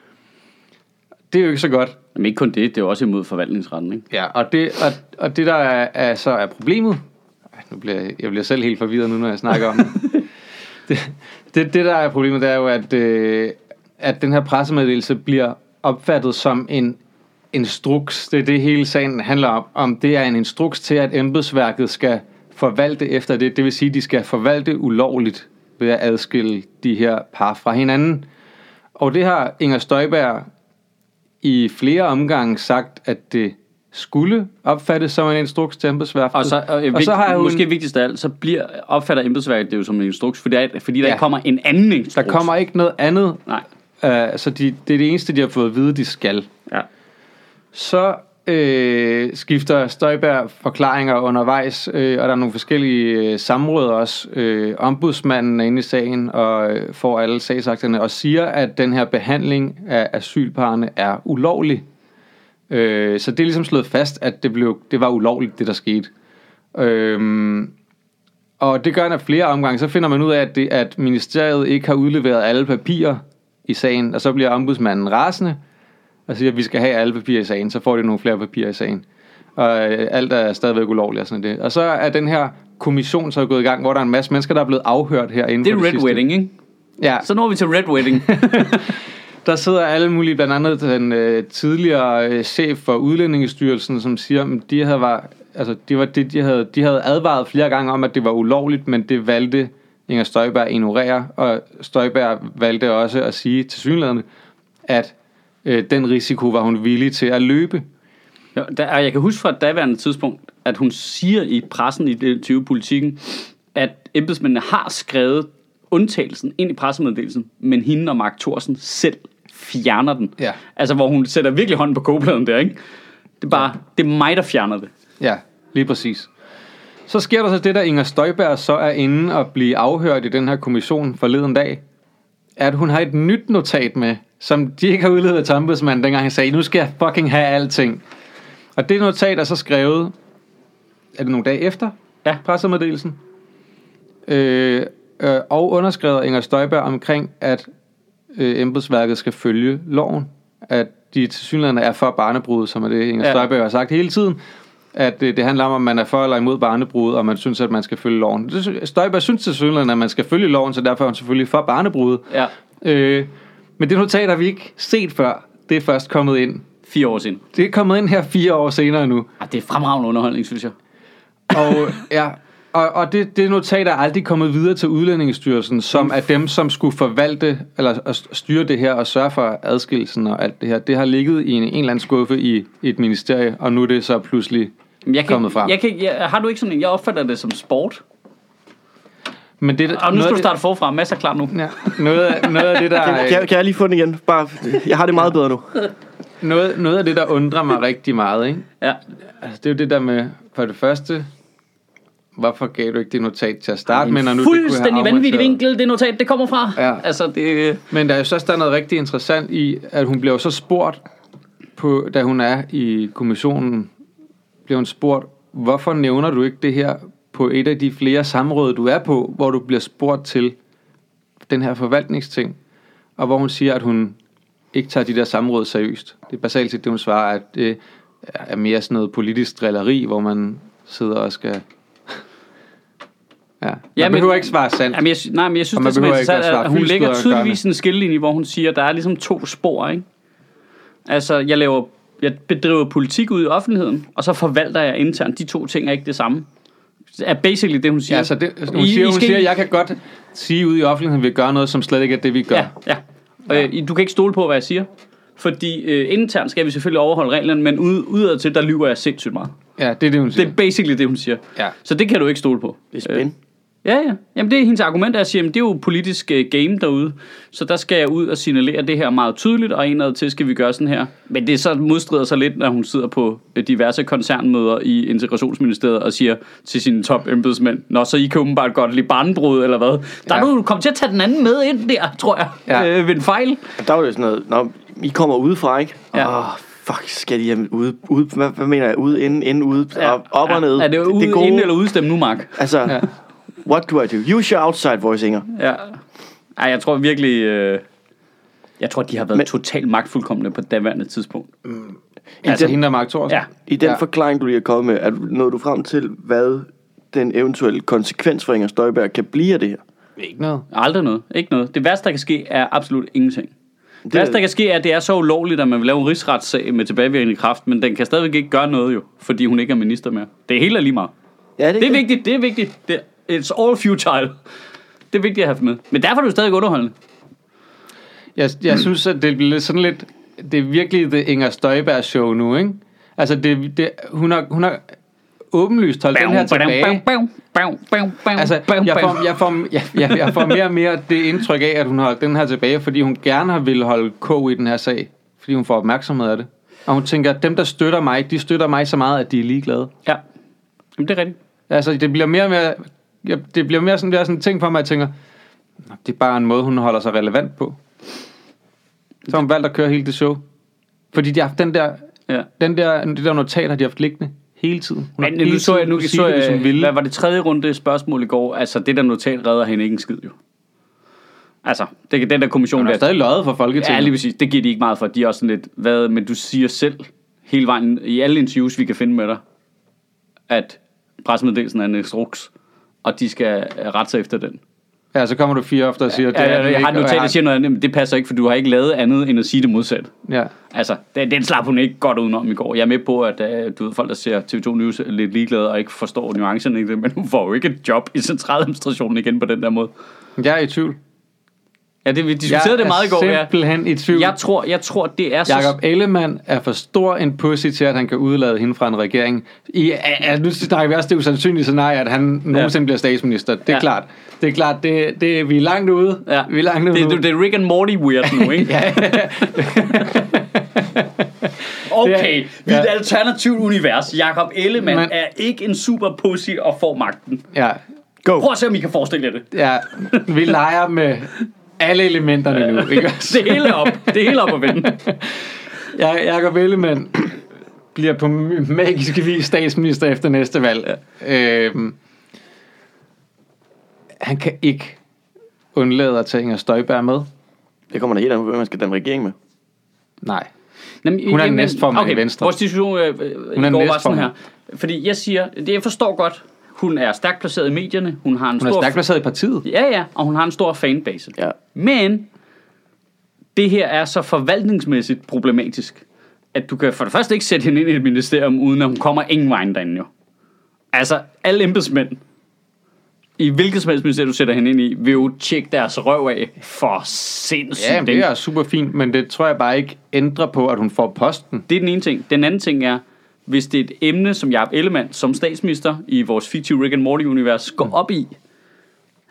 Det er jo ikke så godt. Men ikke kun det, det er også imod forvaltningsretten, ikke? Ja, og det, og, og det der er, er, så er problemet, nu bliver jeg, jeg bliver selv helt forvirret nu, når jeg snakker om det. det, det. Det der er problemet, det er jo, at, øh, at den her pressemeddelelse bliver opfattet som en instruks. Det er det hele sagen handler om. om. Det er en instruks til, at embedsværket skal forvalte efter det. Det vil sige, at de skal forvalte ulovligt ved at adskille de her par fra hinanden. Og det har Inger Støjberg i flere omgange sagt, at det skulle opfattes som en instruks til embedsværket. Og så, og, og så har hun, måske vigtigst af alt, så bliver, opfatter embedsværket det jo som en instruks, fordi der, fordi der ja, ikke kommer en anden instruks. Der kommer ikke noget andet. Nej. Uh, så de, det er det eneste, de har fået at vide, de skal. Ja. Så øh, skifter Støjberg forklaringer undervejs, øh, og der er nogle forskellige øh, samråd også. Øh, ombudsmanden er inde i sagen og øh, får alle sagsakterne og siger, at den her behandling af asylparerne er ulovlig. Øh, så det er ligesom slået fast, at det, blev, det var ulovligt, det der skete. Øh, og det gør han af flere omgange. Så finder man ud af, at, det, at ministeriet ikke har udleveret alle papirer i sagen, og så bliver ombudsmanden rasende og siger, at vi skal have alle papirer i sagen, så får de nogle flere papirer i sagen. Og øh, alt er stadigvæk ulovligt og sådan det. Og så er den her kommission så gået i gang, hvor der er en masse mennesker, der er blevet afhørt herinde. Det er Red Wedding, ikke? Ja. Så når vi til Red Wedding. Der sidder alle mulige, blandt andet den øh, tidligere øh, chef for Udlændingestyrelsen, som siger, at de havde, var, altså, de, var, de, de, havde, de havde advaret flere gange om, at det var ulovligt, men det valgte Inger Støjberg at ignorere, og Støjberg valgte også at sige til synligheden, at øh, den risiko var hun villig til at løbe. Ja, der, jeg kan huske fra et daværende tidspunkt, at hun siger i pressen i det tyve Politikken, at embedsmændene har skrevet undtagelsen ind i pressemeddelelsen, men hende og Mark Thorsen selv fjerner den. Ja. Altså, hvor hun sætter virkelig hånden på kogepladen der, ikke? Det er bare, ja. Det er mig, der fjerner det. Ja, lige præcis. Så sker der så det, der Inger Støjberg så er inde og blive afhørt i den her kommission forleden dag, at hun har et nyt notat med, som de ikke har udledet til ombudsmanden, dengang han sagde, nu skal jeg fucking have alting. Og det notat er så skrevet, er det nogle dage efter ja. pressemeddelelsen, øh, øh, og underskrevet Inger Støjberg omkring, at øh, embedsværket skal følge loven, at de tilsyneladende er for barnebrud, som er det Inger ja. Støjberg har sagt hele tiden, at øh, det handler om, om man er for eller imod barnebrud, og man synes, at man skal følge loven. Støjberg synes tilsyneladende, at man skal følge loven, så derfor er hun selvfølgelig for barnebrud. Ja. Øh, men det notat har vi ikke set før. Det er først kommet ind. Fire år siden. Det er kommet ind her fire år senere nu. Ah, det er fremragende underholdning, synes jeg. Og, ja, og, og det, det notat er aldrig kommet videre til Udlændingestyrelsen, som er dem, som skulle forvalte, eller styre det her og sørge for adskillelsen og alt det her. Det har ligget i en, en eller anden skuffe i, i et ministerie, og nu er det så pludselig jeg kan, kommet frem. Jeg kan, jeg, har du ikke sådan en, jeg opfatter det som sport. Men det, og nu skal du starte forfra, masser klar nu. Ja, noget, noget af det der... Kan, kan, kan jeg lige få den igen? Bare, jeg har det meget bedre nu. noget, noget af det, der undrer mig rigtig meget, ikke? Ja. Altså, det er jo det der med, for det første, hvorfor gav du ikke det notat til at starte med, når nu fuldstændig vanvittig vinkel, det notat, det kommer fra. Ja. Altså, det... Men der er jo så der er noget rigtig interessant i, at hun bliver så spurgt, på, da hun er i kommissionen, bliver hun spurgt, hvorfor nævner du ikke det her på et af de flere samråd, du er på, hvor du bliver spurgt til den her forvaltningsting, og hvor hun siger, at hun ikke tager de der samråd seriøst. Det er basalt set det, hun svarer, at det er mere sådan noget politisk drilleri, hvor man sidder og skal... Ja, man ja, men, behøver ikke svare sandt. Jamen, jeg, nej, men jeg synes, det er interessant, at hun lægger tydeligvis en skillelinje, hvor hun siger, at der er ligesom to spor, ikke? Altså, jeg laver, jeg bedriver politik ud i offentligheden, og så forvalter jeg internt. De to ting er ikke det samme. Det er basically det, hun siger. Ja, altså det, hun, I, siger, hun skal... siger, at jeg kan godt sige ude i offentligheden, at vi gør noget, som slet ikke er det, vi gør. Ja, ja. ja. Øh, du kan ikke stole på, hvad jeg siger. Fordi øh, internt skal vi selvfølgelig overholde reglerne, men ud, udad til, der lyver jeg sindssygt meget. Ja, det er det, hun siger. Det er basically det, hun siger. Ja. Så det kan du ikke stole på. Det er spændende. Ja, ja. Jamen det er hendes argument, at jeg siger, at det er jo politisk uh, game derude. Så der skal jeg ud og signalere det her meget tydeligt, og indad til skal vi gøre sådan her. Men det så modstrider sig lidt, når hun sidder på diverse koncernmøder i Integrationsministeriet og siger til sine top embedsmænd, nå, så I kan åbenbart godt lide barnebrud, eller hvad. Der ja. er du kommet til at tage den anden med ind der, tror jeg, ja. øh, ved en fejl. Der var det sådan noget, når I kommer udefra, ikke? Ja. Åh, oh, fuck, skal de have ude, ude hvad, hvad mener jeg, ude, inden, inden, ude, ja. op, op ja. og ned. Er det ude, det gode... inden eller udstemme nu, Mark? Altså... Ja. What do I do? Use your outside voice, Inger. Ja. Ej, jeg tror virkelig... Øh, jeg tror, de har været Men, totalt magtfuldkomne på daværende tidspunkt. Mm. Altså hende der Mark Thorsen? Ja. I den ja. forklaring, du lige har kommet med, er nåede du frem til, hvad den eventuelle konsekvens for Inger Støjberg kan blive af det her? Ikke noget. Aldrig noget. Ikke noget. Det værste, der kan ske, er absolut ingenting. Det, det værste, der kan ske, er, at det er så ulovligt, at man vil lave en rigsretssag med tilbagevirkende kraft, men den kan stadigvæk ikke gøre noget jo, fordi hun ikke er minister mere. Det er helt lige meget. Ja, det, det er det. vigtigt, det er vigtigt. Det It's all futile. Det er vigtigt at have med. Men derfor er det jo stadig underholdende. Jeg, jeg synes, at det bliver sådan lidt... Det er virkelig det Inger Støjberg show nu, ikke? Altså, det, det, hun, har, hun har åbenlyst holdt den her tilbage. Altså, jeg får, jeg, får, jeg, jeg, jeg får mere og mere det indtryk af, at hun har holdt den her tilbage, fordi hun gerne har ville holde kog i den her sag. Fordi hun får opmærksomhed af det. Og hun tænker, at dem, der støtter mig, de støtter mig så meget, at de er ligeglade. Ja, jamen, det er rigtigt. Altså, det bliver mere og mere... Ja, det bliver mere sådan, det er sådan en ting for mig, at jeg tænker, det er bare en måde, hun holder sig relevant på. Så har hun valgt at køre hele det show. Fordi de har haft den der, ja. den der, det der notat, har de haft liggende hele tiden. Hun Men nu så jeg, nu så jeg, det, ville. Hvad var det tredje runde spørgsmål i går? Altså, det der notat redder hende ikke en skid, jo. Altså, det, den der kommission... Hun er stadig løjet for Folketinget. Ja, lige præcis. Det giver de ikke meget for. De er også sådan lidt, hvad, men du siger selv, hele vejen, i alle interviews, vi kan finde med dig, at pressemeddelelsen er en instruks, og de skal rette sig efter den. Ja, så kommer du fire efter og siger... Ja, ja, ja, jeg har et notat, der siger noget andet, men det passer ikke, for du har ikke lavet andet, end at sige det modsatte. Ja. Altså, den, den slap hun ikke godt udenom i går. Jeg er med på, at uh, du ved, folk, der ser T V to News er lidt ligeglade og ikke forstår nuancerne i det, men hun får jo ikke et job i centraladministrationen igen på den der måde. Jeg er i tvivl. Ja, det, vi diskuterede det meget i går. Jeg er simpelthen i tvivl. Jeg tror, jeg tror, det er så... Jakob Ellemann er for stor en pussy til, at han kan udlade hende fra en regering. I, a, a, nu snakker vi også det usandsynlige scenarie, at han nogensinde ja. bliver statsminister. Det er ja. klart. Det er klart, det, det, vi er langt ude. Ja. Vi er langt ude. Det, det, det er Rick and Morty weird nu, ikke? ja. Okay, vi er et alternativt univers. Jakob Ellemann Men, er ikke en super pussy og får magten. Ja. Go. Prøv at se, om I kan forestille jer det. Ja, vi leger med... alle elementerne nu, ikke? det hele op. Det hele op at vende. Jakob Ellemann bliver på magisk vis statsminister efter næste valg. Ja. Øhm, han kan ikke undlade at tage Inger Støjberg med. Det kommer der helt an på, hvem man skal danne regering med. Nej. Jamen, hun er den næstformand okay, i Venstre. Vores diskussion øh, hun er går var sådan her. Fordi jeg siger, det jeg forstår godt, hun er stærkt placeret i medierne. Hun, har en hun stor er stærkt placeret i partiet. Ja, ja, og hun har en stor fanbase. Ja. Men det her er så forvaltningsmæssigt problematisk, at du kan for det første ikke sætte hende ind i et ministerium, uden at hun kommer ingen vejen derinde jo. Altså, alle embedsmænd, i hvilket som helst ministerium, du sætter hende ind i, vil jo tjekke deres røv af for sindssygt. Ja, det er super fint, men det tror jeg bare ikke ændrer på, at hun får posten. Det er den ene ting. Den anden ting er, hvis det er et emne, som Jakob Ellemann som statsminister i vores fiktive Rick and Morty-univers går op i,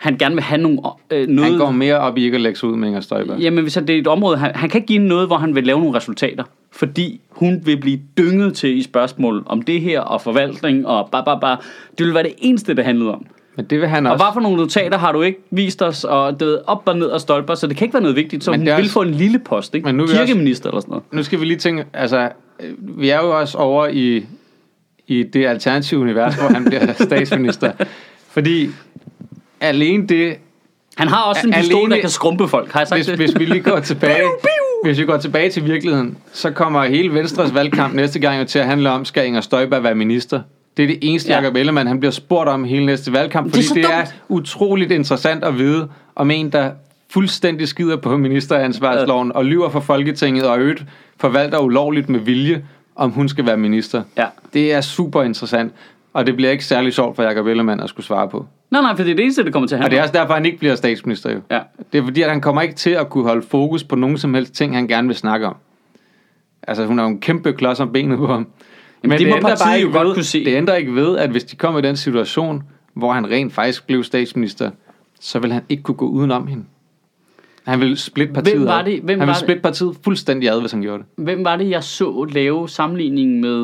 han gerne vil have nogle, øh, noget... Han går mere op i ikke at lægge sig ud med Inger Støjberg. Jamen, hvis det er et område... Han, han kan ikke give noget, hvor han vil lave nogle resultater. Fordi hun vil blive dynget til i spørgsmål om det her, og forvaltning, og bare, bare, bare. Det vil være det eneste, det handlede om. Men det vil han og også. hvad for nogle notater har du ikke vist os, og det ved, op og ned og stolper, så det kan ikke være noget vigtigt, så men hun vil også... få en lille post, ikke? Men nu kirkeminister også... eller sådan noget. Nu skal vi lige tænke, altså, vi er jo også over i, i det alternative univers, hvor han bliver statsminister. Fordi alene det... Han har også en pistol, alene, der kan skrumpe folk, har jeg sagt hvis, det? hvis vi lige går tilbage... Hvis vi går tilbage til virkeligheden, så kommer hele Venstres valgkamp næste gang jo til at handle om, skal Inger Støjberg være minister? Det er det eneste, ja. Jacob Ellemann, han bliver spurgt om hele næste valgkamp, fordi det er, det er utroligt interessant at vide om en, der fuldstændig skider på ministeransvarsloven og lyver for Folketinget og øvrigt forvalter ulovligt med vilje, om hun skal være minister. Ja. Det er super interessant, og det bliver ikke særlig sjovt for Jacob Ellemann at skulle svare på. Nej, nej, for det er det eneste, det kommer til at handle. Og det er også derfor, han ikke bliver statsminister. Jo. Ja. Det er fordi, at han kommer ikke til at kunne holde fokus på nogen som helst ting, han gerne vil snakke om. Altså, hun er jo en kæmpe klods om benet på ham. Men det, det må partiet jo godt ved, kunne se. Det ændrer ikke ved, at hvis de kommer i den situation, hvor han rent faktisk blev statsminister, så vil han ikke kunne gå udenom hende. Han vil splitte partiet Hvem var det? Hvem Han vil var splitte partiet fuldstændig ad, hvis han gjorde det. Hvem var det, jeg så lave sammenligningen med,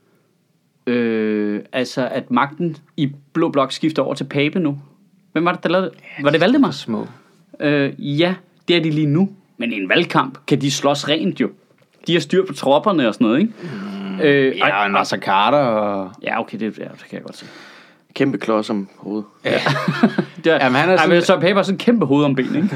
øh, altså at magten i Blå Blok skifter over til Pape nu? Hvem var det, der lavede det? Ja, var det Valdemar? Små. Øh, ja, det er de lige nu. Men i en valgkamp kan de slås rent jo. De har styr på tropperne og sådan noget, ikke? Mm, øh, ja, og Nasser Carter og... Ja, okay, det, ja, det kan jeg godt se. Kæmpe klods om hovedet. Ja. det er, Jamen, han er sådan... Ej, så Pape har sådan en kæmpe hoved om ben, ikke?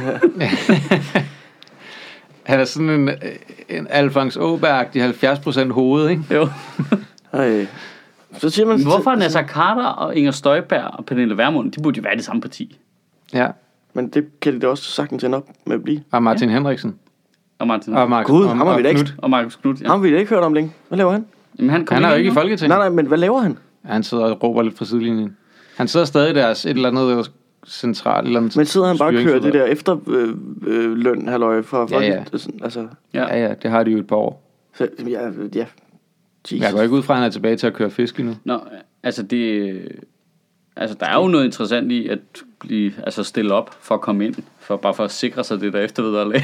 Han er sådan en, en Alfons Åberg-agtig halvfjerds procent hoved, ikke? Jo. Ej. Så siger man... Hvorfor er Nasser Carter og Inger Støjberg og Pernille Vermund, de burde jo være i det samme parti? Ja. Men det kan de da også sagtens ende op med at blive. Og Martin ja. Henriksen. Og Martin. Og Markus, Gud, og, ham har vi da ikke. Og Markus Knudt, ja. Ham har vi da ikke hørt om længe. Hvad laver han? Jamen, han han er jo ikke i Folketinget. Nej, nej, men hvad laver han? Ja, han sidder og råber lidt fra sidelinjen. Han sidder stadig deres et eller andet centralt eller andet. Men sidder han bare og kører det der efter øh, øh, løn halløj fra ja, ja. Altså, ja, ja, ja, det har de jo et par år. Så, ja, ja. Jesus. Jeg går ikke ud fra, at han er tilbage til at køre fisk nu. Nå, altså det... Altså, der er jo noget interessant i at blive, altså stille op for at komme ind, for bare for at sikre sig det der eftervederlag.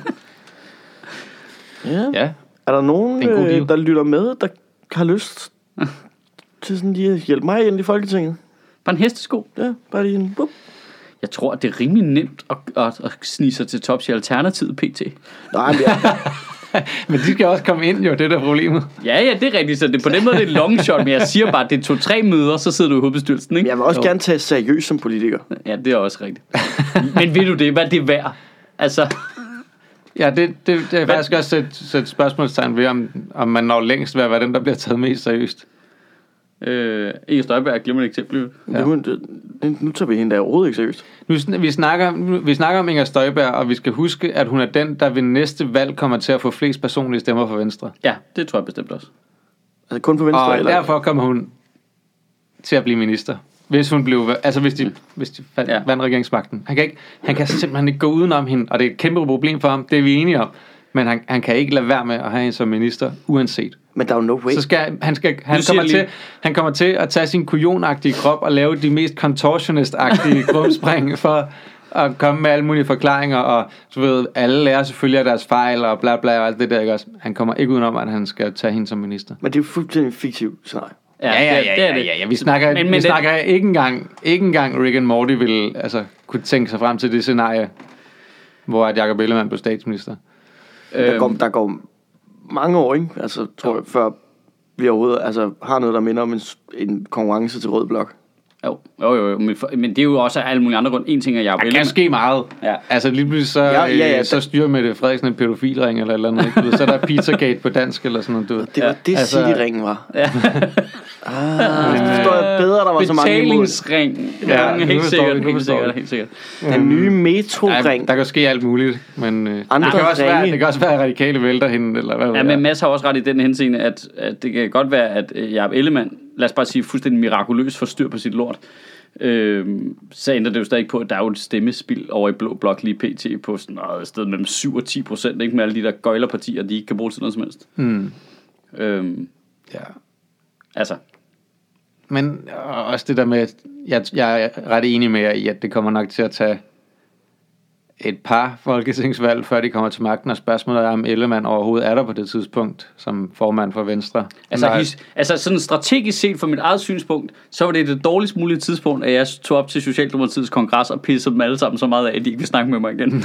ja. ja. Er der nogen, øh, der lytter med, der har lyst til sådan lige at hjælpe mig ind i Folketinget? Bare en hestesko? Ja, bare lige en... Bup. Jeg tror, det er rimelig nemt at, at, at snige sig til tops i Alternativet P T. Nej, men jeg... Men de skal også komme ind, jo, det er der problemet. Ja, ja, det er rigtigt, så det, på den måde det er et long shot, men jeg siger bare, at det er to-tre møder, så sidder du i hovedbestyrelsen, ikke? Jeg vil også jo. gerne tage seriøst som politiker. Ja, det er også rigtigt. Men ved du det, hvad det er værd? Altså... Ja, det, det, det er faktisk også sætte, sætte spørgsmålstegn ved, om, om man når længst ved at være den, der bliver taget mest seriøst. Øh, Inger Støjberg er glimrende eksempel. Ja. Nu, nu tager vi hende der overhovedet ikke seriøst. Nu, vi, snakker, vi snakker om Inger Støjberg, og vi skal huske, at hun er den, der ved næste valg kommer til at få flest personlige stemmer for Venstre. Ja, det tror jeg bestemt også. Altså kun for Venstre? Og eller? derfor kommer hun til at blive minister. Hvis hun blev, altså hvis de, mm. hvis de fandt, ja. vandt regeringsmagten. Han kan, ikke, han kan simpelthen ikke gå udenom hende, og det er et kæmpe problem for ham, det er vi enige om. Men han, han kan ikke lade være med at have hende som minister, uanset. Men der er jo no way. Så skal han, skal, han, kommer til, han kommer til at tage sin kujonagtige krop og lave de mest contortionist-agtige krumspring for at komme med alle mulige forklaringer, og så ved alle lærer selvfølgelig af deres fejl og bla bla og alt det der, ikke også? Han kommer ikke udenom, at han skal tage hende som minister. Men det er jo fuldstændig fiktivt scenarie. Ja, ja, ja, ja, ja, ja. Vi snakker, men, men vi snakker det... ikke engang, ikke engang Rick and Morty ville altså, kunne tænke sig frem til det scenarie, hvor at Jacob Ellemann blev statsminister. Der går, der går mange år, ikke? Altså, tror jeg, før vi overhovedet altså, har noget, der minder om en, en konkurrence til Rød Blok. Jo, jo, jo, jo. Men, for, men det er jo også alle mulige andre grunde. En ting er, Jacob Ellemann. Der kan ske meget. Ja. Altså lige pludselig så, ja, ja, ja, så styrer Mette Frederiksen en pædofilring eller et eller andet. Ikke? Så er der Pizzagate på dansk eller sådan noget. Du. Det var det, altså, Cityringen var. Ja. ah, det forstår jeg bedre, der var så mange imod. Betalingsring. Ja, ja, helt sikkert, helt sikkert, helt sikkert. Den nye metroring. Der kan ske alt muligt, men øh, det, kan også være, det kan også være, at radikale vælter hende, eller hvad. Ja, men Mads har også ret i den henseende, at, at det kan godt være, at Jacob Ellemann, lad os bare sige, fuldstændig mirakuløst får styr på sit lort. Øhm, så ændrer det jo stadig på, at der er jo et stemmespil over i Blå Blok lige pt. På sådan noget sted mellem syv og ti procent, ikke, med alle de der gøjlerpartier, de ikke kan bruge til noget som helst. Mm. Øhm, ja. Altså, Men også det der med, at jeg, jeg er ret enig med jer i, at det kommer nok til at tage et par folketingsvalg, før de kommer til magten, og spørgsmålet er, om Ellemann overhovedet er der på det tidspunkt, som formand for Venstre. Altså, his, altså sådan strategisk set fra mit eget synspunkt, så var det det dårligst mulige tidspunkt, at jeg tog op til Socialdemokratiets kongres og pissede dem alle sammen så meget af, at de ikke vil snakke med mig igen.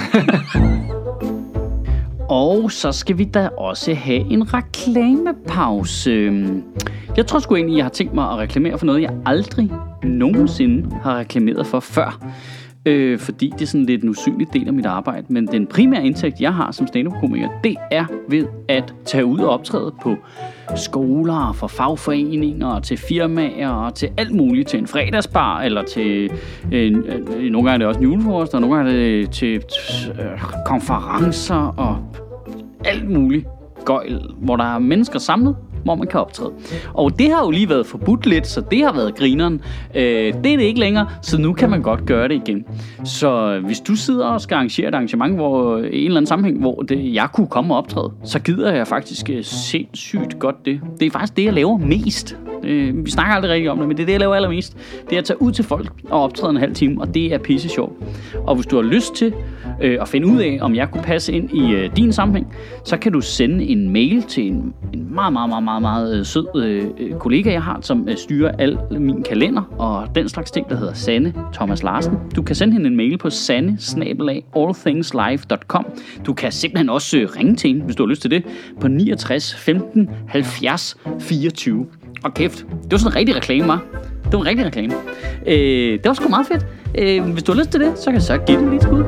Og så skal vi da også have en reklamepause. Jeg tror sgu egentlig, jeg har tænkt mig at reklamere for noget, jeg aldrig nogensinde har reklameret for før. Øh, fordi det er sådan lidt en usynlig del af mit arbejde. Men den primære indtægt, jeg har som stand-up-komiker, det er ved at tage ud og optræde på skoler, for fagforeninger, til firmaer og til alt muligt. Til en fredagsbar, eller til øh, øh, nogle gange er det også en julefrokost, og nogle gange er det til øh, konferencer og alt muligt gøjl, hvor der er mennesker samlet, hvor man kan optræde. Og det har jo lige været forbudt lidt, så det har været grineren. Øh, det er det ikke længere, så nu kan man godt gøre det igen. Så hvis du sidder og skal arrangere et arrangement, hvor i en eller anden sammenhæng, hvor det, jeg kunne komme og optræde, så gider jeg faktisk sindssygt godt det. Det er faktisk det, jeg laver mest. Øh, vi snakker aldrig rigtig om det, men det er det, jeg laver allermest. Det er at tage ud til folk og optræde en halv time, og det er pisse sjovt. Og hvis du har lyst til øh, at finde ud af, om jeg kunne passe ind i øh, din sammenhæng, så kan du sende en mail til en, en meget, meget, meget, meget, meget sød øh, kollega, jeg har, som øh, styrer al min kalender og den slags ting, der hedder Sanne Thomas Larsen. Du kan sende hende en mail på sanne snabel-a all things live punktum com. Du kan simpelthen også øh, ringe til hende, hvis du har lyst til det, på niogtres femten halvfjerds fireogtyve. Og kæft, det var sådan en rigtig reklame, var. Det var en rigtig reklame. Øh, det var sgu meget fedt. Øh, hvis du har lyst til det, så kan jeg så give det lidt skud.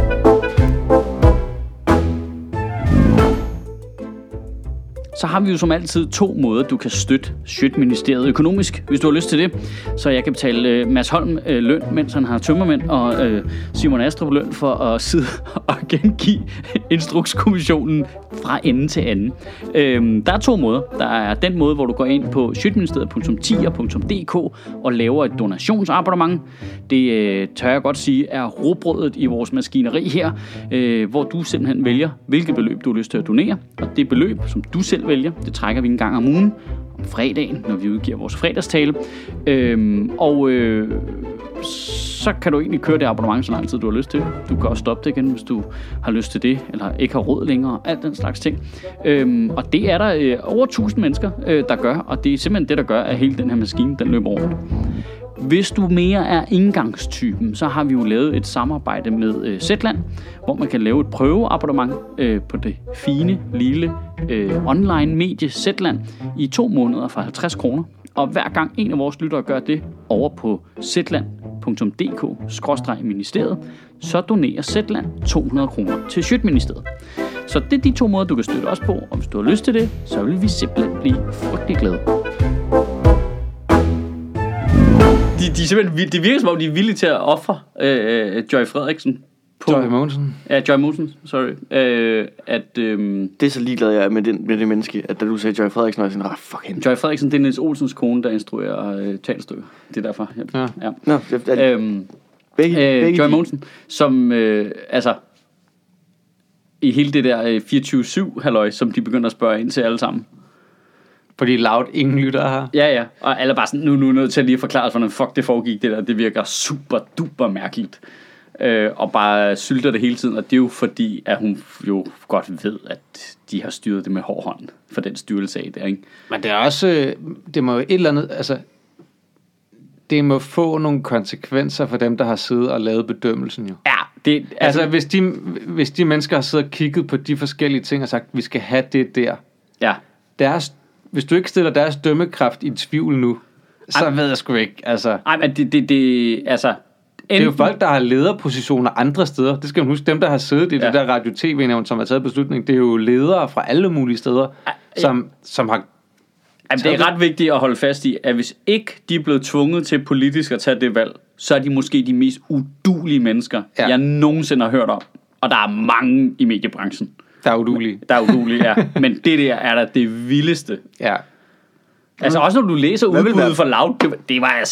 Så har vi jo som altid to måder, du kan støtte Sjøtministeriet økonomisk, hvis du har lyst til det. Så jeg kan betale øh, Mads Holm øh, løn, mens han har tømmermænd, og øh, Simon Astrup løn for at sidde og gengive Instrukskommissionen fra ende til anden. Øh, der er to måder. Der er den måde, hvor du går ind på sjøtministeriet punktum tier punktum d k og laver et donationsabonnement. Det øh, tør jeg godt sige er rugbrødet i vores maskineri her, øh, hvor du simpelthen vælger, hvilket beløb du har lyst til at donere. Og det beløb, som du selv vælger, det trækker vi en gang om ugen, om fredagen, når vi udgiver vores fredagstale. Øhm, og øh, så kan du egentlig køre det abonnement, så lang tid du har lyst til. Du kan også stoppe det igen, hvis du har lyst til det, eller ikke har råd længere, alt den slags ting. Øhm, og det er der øh, over tusind mennesker, øh, der gør, og det er simpelthen det, der gør, at hele den her maskine, den løber rundt. Hvis du mere er indgangstypen, så har vi jo lavet et samarbejde med øh, Zetland, hvor man kan lave et prøveabonnement øh, på det fine, lille øh, online medie Zetland i to måneder for halvtreds kroner. Og hver gang en af vores lyttere gør det over på zetland punktum d k skråstreg ministeriet, så donerer Zetland to hundrede kroner til Sjøtministeriet. Så det er de to måder, du kan støtte os på, og hvis du har lyst til det, så vil vi simpelthen blive frygtelig glade. De, de er simpelthen, det virker som om, de er villige til at ofre øh, Joy Frederiksen. På, Joy Mogensen. Ja, Joy Mogensen, sorry. Øh, at, øh, det er så ligeglad jeg er med, den, med det menneske, at da du sagde Joy Frederiksen, og jeg sådan, ah, fuck hende. Joy Frederiksen, det er Niels Olsens kone, der instruerer øh, teaterstykker. Det er derfor. Jeg, ja. ja. Nå, jeg, jeg, øhm, begge, øh, begge Joy de... Mogensen, som øh, altså i hele det der øh, fireogtyve syv halløj, som de begynder at spørge ind til alle sammen. Fordi loud ingen lytter her. Ja, ja. Og alle bare sådan, nu, nu er nødt til at lige forklare, hvordan fuck det foregik, det der. Det virker super duper mærkeligt. Øh, og bare sylter det hele tiden. Og det er jo fordi, at hun jo godt ved, at de har styret det med hård hånd for den styrelse af det, ikke? Men det er også, det må jo et eller andet, altså, det må få nogle konsekvenser for dem, der har siddet og lavet bedømmelsen jo. Ja, det, altså, altså hvis, de, hvis de mennesker har siddet og kigget på de forskellige ting og sagt, vi skal have det der. Ja. Deres, hvis du ikke stiller deres dømmekraft i tvivl nu, så Ej, ved jeg sgu ikke, altså. Nej, men det, det, det, altså. Enten, det er jo folk, der har lederpositioner andre steder. Det skal man huske. Dem, der har siddet i ja. det der radio-tv-nævn, som har taget beslutning, det er jo ledere fra alle mulige steder, Ej, som, som har... Jamen, det er ret vigtigt at holde fast i, at hvis ikke de er blevet tvunget til politisk at tage det valg, så er de måske de mest udulige mennesker, ja. jeg nogensinde har hørt om. Og der er mange i mediebranchen. Der er udulige. Der er udulige, ja. Men det der er da det vildeste. Ja. Altså også når du læser udbuddet for Loud, det, det var altså...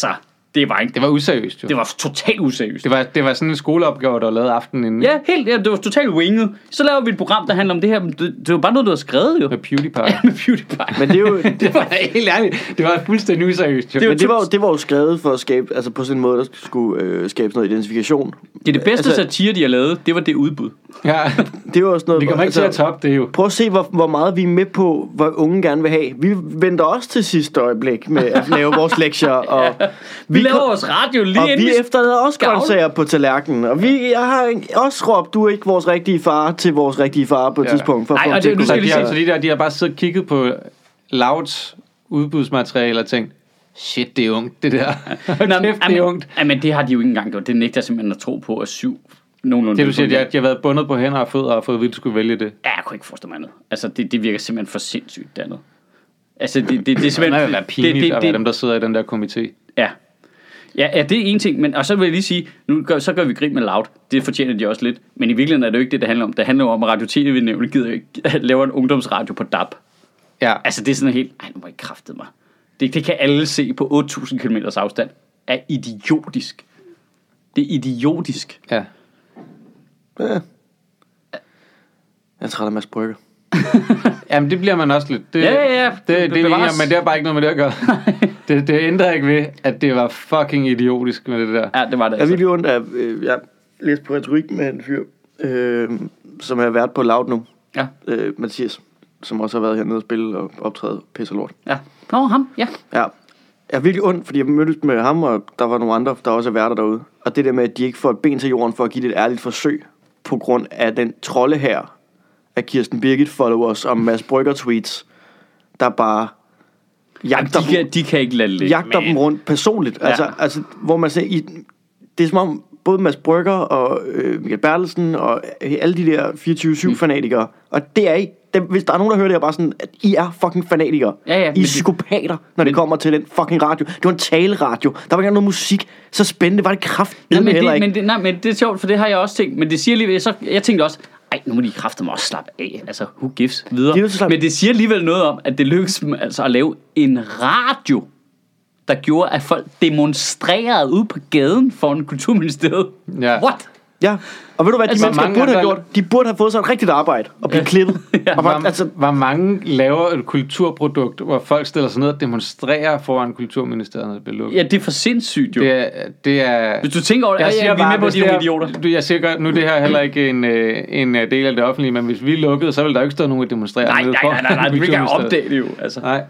Det var ikke... Det var useriøst, jo. Det var totalt useriøst. Det var, det var sådan en skoleopgave, der var lavet aftenen inden. Ja, helt. Ja, det var totalt winget. Så laver vi et program, der handler om det her. Det, det var bare noget, du har skrevet, jo. Med PewDiePie. Ja, med PewDiePie. Men det er jo... Det var helt ærligt. Det var fuldstændig useriøst, jo. Det, men det var, jo, det var jo skrevet for at skabe, altså på sådan en måde, der skulle øh, skabe noget identifikation. Det er det bedste altså, satire, de har lavet. Det var det udbud. Ja. Det var også noget... Vi kommer ikke altså, til at toppe det, jo. Prøv at se, hvor, hvor meget vi er med på, hvad unge gerne vil have. Vi venter også til sidste øjeblik med at lave vores lektier. Og ja. Vi, vi laver vores radio lige og inden vi efterlader også gavl. grøntsager på tallerkenen. Og vi, jeg har også råbt, du er ikke vores rigtige far, til vores rigtige far på et ja. tidspunkt. For Nej, at og det, nu Så skal de, har, sige. så de der, de har bare siddet og kigget på Louds udbudsmateriale og tænkt, shit, det er ungt, det der. Nå, Kæft, det er ungt. Ja, men det har de jo ikke engang gjort. Det nægter jeg simpelthen at tro på, at syv nogenlunde... Det du siger, de har, de har været bundet på hænder og fødder og fået at vide, at du skulle vælge det. Ja, jeg kunne ikke forestille mig andet. Altså, det, det virker simpelthen for sindssygt, det andet. Altså, det, det, det er Det simpelthen... må være pinligt det, det, at det, være dem, der sidder i den der komité. Ja. Ja, ja, det er en ting, men og så vil jeg lige sige, nu gør, så gør vi grin med Loud. Det fortjener de også lidt. Men i virkeligheden er det jo ikke det, det handler om. Det handler jo om, at Radio T V-nævnet gider ikke lave en ungdomsradio på D A B. Ja. Altså, det er sådan helt... Ej, nu må jeg kraftede mig. Det, det kan alle se på otte tusind kilometers afstand. Er idiotisk. Det er idiotisk. Ja. Ja. Jeg er træt af Mads Brygger. Jamen, det bliver man også lidt. Det, Ja, ja, ja. Det, det, det, det er, men det er bare ikke noget med det at gøre. det, det ændrer ikke ved, at det var fucking idiotisk med det der. Ja, det var det. Jeg er virkelig ondt af... Øh, jeg læste på retorik med en fyr, øh, som har været på Loud nu. Ja. Øh, Mathias, som også har været hernede og spille og optræde pisse lort. Ja. Nå, ham, ja. Ja. Jeg er virkelig ondt, fordi jeg mødtes med ham, og der var nogle andre, der også er værter derude. Og det der med, at de ikke får et ben til jorden for at give det et ærligt forsøg, på grund af den trolde her af Kirsten Birgit followers og Mads Brygger tweets, der bare jagter, de, kan, de kan ikke lade det ligge. jagter dem rundt personligt. Ja. Altså, altså, hvor man siger, i, det er som om både Mads Brygger og øh, Michael Bertelsen og alle de der fireogtyve syv fanatikere, og det er I, dem, hvis der er nogen, der hører det, er bare sådan, at I er fucking fanatikere. Ja, ja, I er psykopater, når det kommer til den fucking radio. Det var en taleradio. Der var ikke engang noget musik. Så spændende var det kraft. Nej, men heller det, ikke. men, det, nej, men det er sjovt, for det har jeg også tænkt. Men det siger alligevel, så, jeg tænkte også, ej, nu må de kræfter også slappe af. Altså, who gives? Videre. De slappe... Men det siger alligevel noget om, at det lykkedes dem altså at lave en radio, der gjorde, at folk demonstrerede ude på gaden foran Kulturministeriet. Ja. What? Ja, og ved du hvad, de Altså, mennesker mange burde have andre- gjort? De burde have fået sig et rigtigt arbejde og blive Ja. klippet. Ja. Og bare, Hvor, altså, hvor mange laver et kulturprodukt, hvor folk stiller sig ned og demonstrerer foran Kulturministeriet, når det bliver lukket? Ja, det er for sindssygt jo. Det er... Det er Hvis du tænker over det, jeg ja, siger ja, vi er bare, med på hvis de det her er- idioter. Du, jeg siger godt, nu er det her heller ikke en, øh, en øh, del af det offentlige, men hvis vi er lukket, så vil der jo ikke stå nogen, der demonstrerer. Nej, nede nej, foran nej, nej, nej, vi kan Kulturministeriet. opdage det jo. Altså. Nej.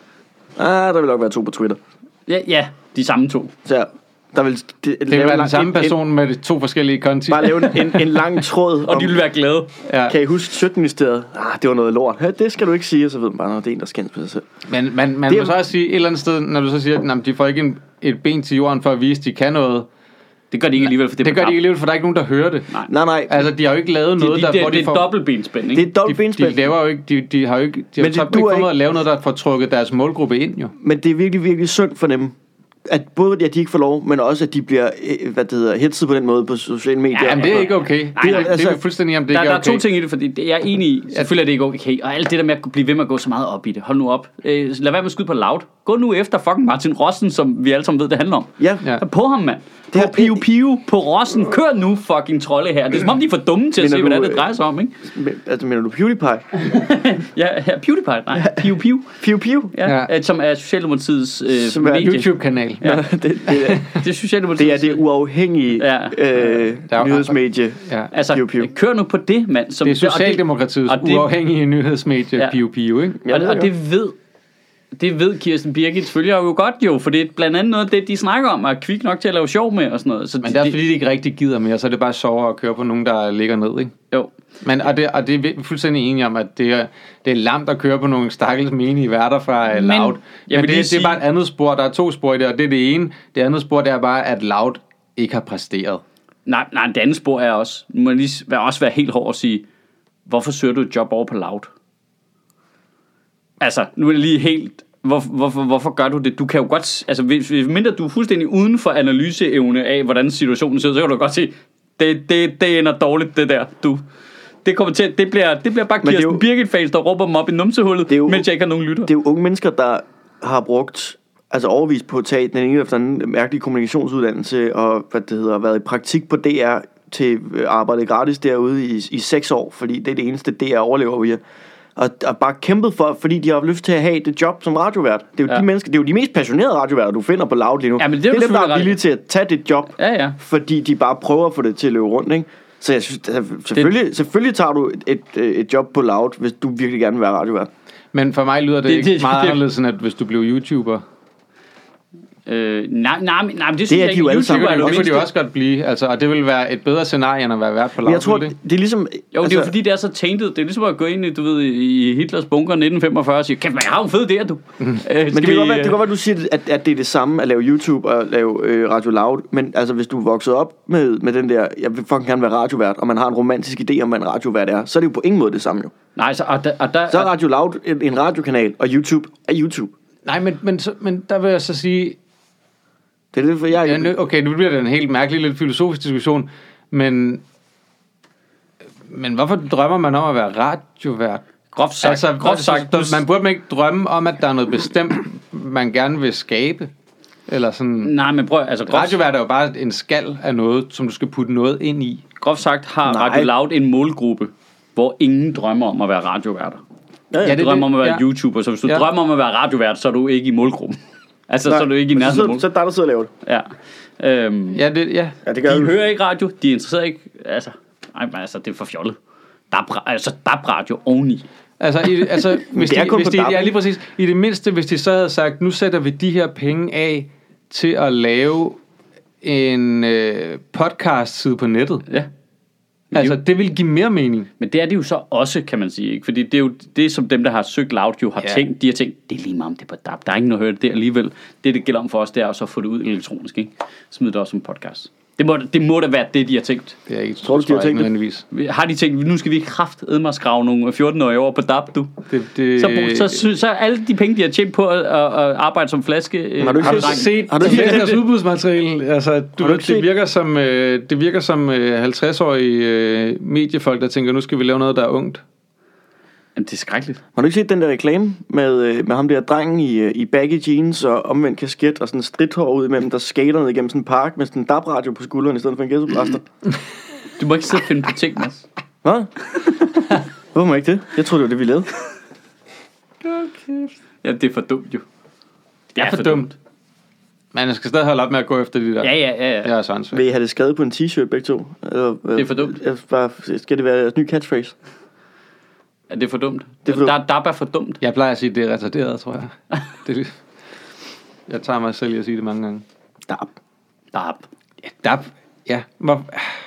ah, der vil nok være to på Twitter. Ja, ja, de samme to. Så der vil det, Det vil lave være en den lang- samme en- person med de to forskellige konti. En, bare lave en, en, en lang tråd. Og de vil være glade. Ja. Kan I huske sytten-ministeriet? Ah, det var noget lort. Ja, det skal du ikke sige, og så ved man bare, når det er en, der skændes på sig selv. Men man, man Det er- må så også sige et eller andet sted, når du så siger, at de får ikke en, et ben til jorden for at vise, at de kan noget. Det gør de ikke alligevel, for det, Det gør de ikke alligevel, for der er ikke nogen, der hører det. Nej. Nej, nej. Altså, de har jo ikke lavet noget, Det, der, det, hvor det, de det er får... dobbeltbenspænd, Det ikke? er dobbelt De, de benspænd. laver jo ikke, de, de har jo ikke, de har Men det ikke duer formået ikke. at lave noget, der får trukket deres målgruppe ind, jo. Men det er virkelig, virkelig synd for dem. At både at de ikke får lov, men også at de bliver øh, hvad det hedder, hetset på den måde på sociale medier. Jamen, det er ikke okay. Nej, nej, det altså- er vi fuldstændig om, det Der, ikke der er er okay. to ting i det, fordi det- jeg er enig i. Selvfølgelig er det ikke okay. Og alt det der med at blive ved med at gå så meget op i det. Hold nu op. Øh, lad være med at skyde på Loud. Gå nu efter fucking Martin Rossen, som vi alle sammen ved, det handler om. Ja. Ja. På ham, mand. Det På er- Piu Piu, på Rossen. Kør nu, fucking trolde her. Det er som om, de er for dumme til at Mener se, du, hvad det øh, drejer sig om, ikke? Men, altså, mener du PewDiePie? Ja, ja PewDiePie. Nej, Piu Piu. Pew Pew? Ja, Ja. ja. Som er Socialdemokratiets øh, Som er medie. YouTube-kanal. Ja. det, det, er, Det er Socialdemokratiets... det er det uafhængige Ja. øh, Der er jo- nyhedsmedie. Ja. Altså, Piu Piu. kør nu på det, mand. Som, Det er Socialdemokratiets og det- uafhængige nyhedsmedie, Ja. Piu Piu, ikke? Ja, Og, det og er det ved det ved Kirsten Birgit følger jo godt jo, for det er blandt andet noget af det, de snakker om, og er kvik nok til at lave sjov med og sådan noget. Så Men det er fordi, de ikke rigtig gider mere, så er det bare sjovere at køre på nogen, der ligger ned, ikke? Jo. Men, og, det, og det er vi fuldstændig enige om, at det er, det er lamt at køre på nogle stakkels menige værter fra uh, Men, Loud. jeg Men vil det, lige det sige- er bare et andet spor. Der er to spor i det, og det er det ene. Det andet spor, det er bare, at Loud ikke har præsteret. Nej, nej, det andet spor er også, nu må jeg lige være- også være helt hård og sige, hvorfor søger du et job over på Loud? Altså, nu er det lige helt, hvor, hvorfor, hvorfor gør du det? Du kan jo godt, s- altså hvis, hvis mindre du er fuldstændig uden for analyseevne af, hvordan situationen ser ud, så kan du godt se, det, det, det ender dårligt, det der, du. Det kommer til, det bliver, det bliver bare Men det er Kirsten jo- Birgit-fans, der råber dem op i numsehullet, Det er jo- mens jeg ikke har nogen lytter. Det er jo unge mennesker, der har brugt altså overvist på at tage den ene efter en mærkelig kommunikationsuddannelse, og hvad det hedder, været i praktik på D R til arbejdet gratis derude i, i seks år, fordi det er det eneste D R overlever via. Og, og bare kæmpet for, fordi de har lyst til at have det job som radiovært. Det er jo ja. de mennesker, det er jo de mest passionerede radioværter, du finder på Loud lige nu. Ja, men det, det er, er dem, der er ret. villige til at tage det job, ja, ja. fordi de bare prøver at få det til at løbe rundt, ikke? Så jeg synes, selvfølgelig, det, selvfølgelig tager du et, et, et job på Loud, hvis du virkelig gerne vil være radiovært. Men for mig lyder det, det ikke det, meget det, anderledes, end at hvis du blev YouTuber. Øh, nej, nej, nej, det, det synes er jeg de ikke. Jo alle sammen. Det kunne de jo også godt blive, altså, og det vil være et bedre scenarie, end at være vært på Loud. Jeg tror, det, det er ligesom... Jo, altså, det er jo fordi, det er så tainted. Det er ligesom at gå ind i, du ved, i Hitlers bunker nitten femogfyrre og sige, kæft, man har jo fed der, du. Mm. Øh, men det kan, vi, godt være, det kan godt være, du siger, at, at det er det samme at lave YouTube og lave øh, Radio Loud. Men altså, hvis du er vokset op med, med den der, jeg vil fucking gerne være radiovært, og man har en romantisk idé om, hvad en radiovært er, så er det jo på ingen måde det samme jo. Nej, så, og der, og der, så er Radio Loud en, en radiokanal, og YouTube er YouTube. Nej, men, men, så, men der vil jeg så sige... Det er det, for jeg... Ja, okay, nu bliver det en helt mærkelig, lidt filosofisk diskussion, men... Men hvorfor drømmer man om at være radiovært? Groft sagt. Altså, groft sagt du... Man burde ikke drømme om, at der er noget bestemt, man gerne vil skabe. Eller sådan... Nej, men prøv... Altså, groft... Radiovært er jo bare en skal af noget, som du skal putte noget ind i. Groft sagt har Nej. Radio Loud en målgruppe, hvor ingen drømmer om at være radioværter. Ja, ja, ja, det drømmer om at være ja. YouTuber, så hvis du ja. drømmer om at være radiovært, så er du ikke i målgruppen. Altså, Nej, så er du ikke i nærheden af målgruppen. Så er der, der sidder og laver det. Ja. Øhm, Ja, det, ja. Ja, det gør de du. hører ikke radio, de er interesseret ikke... Altså, nej, men altså, det er for fjollet. Der er, altså, der er radio oveni. Altså, i, altså hvis det er de, kun hvis på de, D A B, ja, lige præcis. I det mindste, hvis de så havde sagt, nu sætter vi de her penge af til at lave en øh, podcast-side på nettet. Ja. Altså, det vil give mere mening. Men det er det jo så også, kan man sige, ikke? Fordi det er jo det, som dem, der har søgt Loud, jo har Ja. tænkt. De har tænkt, det er lige meget om det er på D A B. Der er ikke noget at høre det der alligevel. Det, det gælder om for os, det er også at få det ud elektronisk, ikke? Smid det også som podcast. Det må, det må da være det, de har tænkt. Det er ikke, Tror du, de har tænkt det? nødvendigvis. Har de tænkt, nu skal vi kraftedme skrave nogle fjorten-årige over på D A B, du? Det, det, Så, så, så, så alle de penge, de har tjent på at, at, at arbejde som flaske... øh, Har du ikke Har du dreng. set, Har du har ikke du set deres det? udbudsmateriale? Altså, du Har du ved, ikke set- det virker som, øh, det virker som øh, halvtreds-årige øh, mediefolk, der tænker, nu skal vi lave noget, der er ungt. Jamen, det er skrækkeligt. Har du ikke set den der reklame med, øh, med ham der drengen i, øh, i baggy jeans og omvendt kasket og sådan en stridthår ud imellem, der skater ned igennem sådan en park med sådan en D A B-radio på skulderen i stedet for en ghetto-blaster? Du må ikke sidde og finde på ting, Mads. Hvad? Hvorfor må jeg ikke det? Jeg troede, det var det, vi lavede. Okay. Ja, det er for dumt, jo. Det er for dumt. Men jeg skal stadig holde op med at gå efter de der. Ja, ja, ja. ja. Det er så ansvar. Vil I have det skrevet på en t-shirt begge to? Eller, Det er for dumt. Jeg, bare, skal det være jeres nye catchphrase? Ja, det er for dumt. Det er for dumt. Der, der er bare for dumt. Jeg plejer at sige, at det er retarderet, tror jeg. Det, jeg tager mig selv i at sige det mange gange. D A B. D A B. Ja, D A B. Ja, hvor,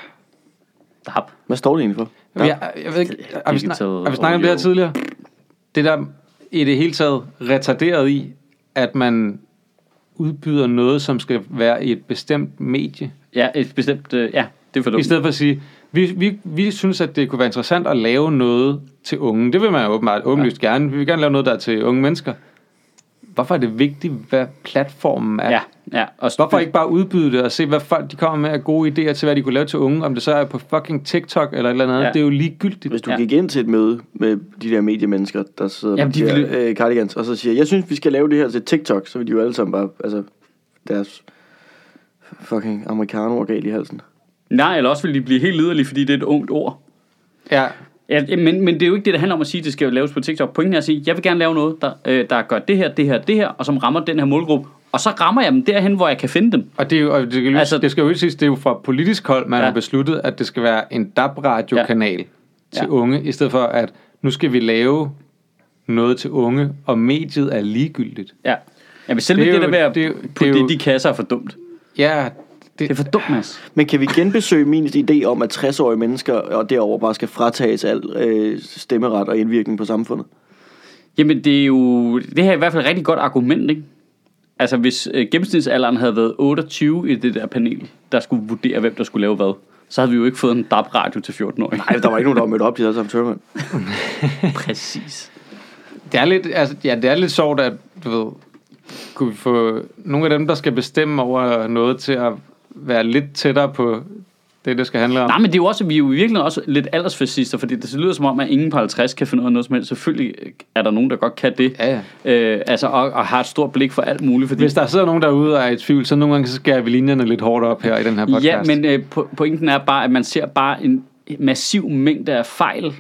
D A B. Hvad står det egentlig for? jeg, jeg, jeg ved ikke, har vi, snak, Digital har vi snakket om det her audio. tidligere? Det der i det hele taget retarderet i, at man udbyder noget, som skal være i et bestemt medie. Ja, et bestemt... Øh, ja, det er for dumt. I stedet for at sige, vi, vi, vi synes, at det kunne være interessant at lave noget til unge. Det vil man jo åbenbart åbenlyst ja. gerne. Vi vil gerne lave noget, der er til unge mennesker. Hvorfor er det vigtigt, hvad platformen er? Ja, ja. Og Hvorfor ikke bare udbyde det og se, hvad folk de kommer med af gode idéer til, hvad de kunne lave til unge, om det så er på fucking TikTok eller et eller andet. Ja. Det er jo ligegyldigt. Hvis du Ja. gik ind til et møde med de der mediemennesker, der sidder Jamen, de med ville- øh, cardigans, og så siger, jeg synes, vi skal lave det her til TikTok, så vil de jo alle sammen bare, altså, deres fucking amerikaner galt i halsen. Nej, eller også vil de blive helt liderlige, fordi det er et ungt ord. Ja, Ja, men, men det er jo ikke det, der handler om at sige, at det skal jo laves på TikTok. Pointen er at sige, jeg vil gerne lave noget, der, øh, der gør det her, det her, det her, og som rammer den her målgruppe. Og så rammer jeg dem derhen, hvor jeg kan finde dem. og det, er jo, og det, skal, Altså- altså, det skal jo ikke siges, det er jo fra politisk hold, man Ja. ja. har besluttet, at det skal være en D A B-radiokanal ja. til Ja. unge, i stedet for at nu skal vi lave noget til unge, og mediet er ligegyldigt. Ja. Ja, men selve Det det, er det jo- der ved at det er jo- putte det er det jo- i de kasser er for dumt. Ja, Det er for dumt, Mads. Men kan vi genbesøge min idé om, at tres-årige mennesker og derover bare skal fratages al øh, stemmeret og indvirkning på samfundet? Jamen, det er jo... Det her er i hvert fald et rigtig godt argument, ikke? Altså, hvis øh, gennemsnitsalderen havde været otteogtyve i det der panel, der skulle vurdere, hvem der skulle lave hvad, så havde vi jo ikke fået en D A B-radio til fjorten-årige. Nej, der var ikke nogen, der var mødt op til deres tørmand. Præcis. det er lidt, altså, ja, det er lidt sjovt, at du ved, kunne vi få nogle af dem, der skal bestemme over noget til at være lidt tættere på Det er det, skal handle om. Nej, men det er jo også, vi er jo virkelig også lidt aldersfascister, fordi det lyder som om, at ingen på halvtreds kan finde ud af noget som helst. Selvfølgelig er der nogen, der godt kan det. Ja, ja. Øh, altså, og, og har et stort blik for alt muligt. Fordi Hvis der sidder nogen derude og er i tvivl, så nogle gange så skærer vi linjerne lidt hårdt op her i den her podcast. Ja, men øh, pointen er bare, at man ser bare en massiv mængde af fejl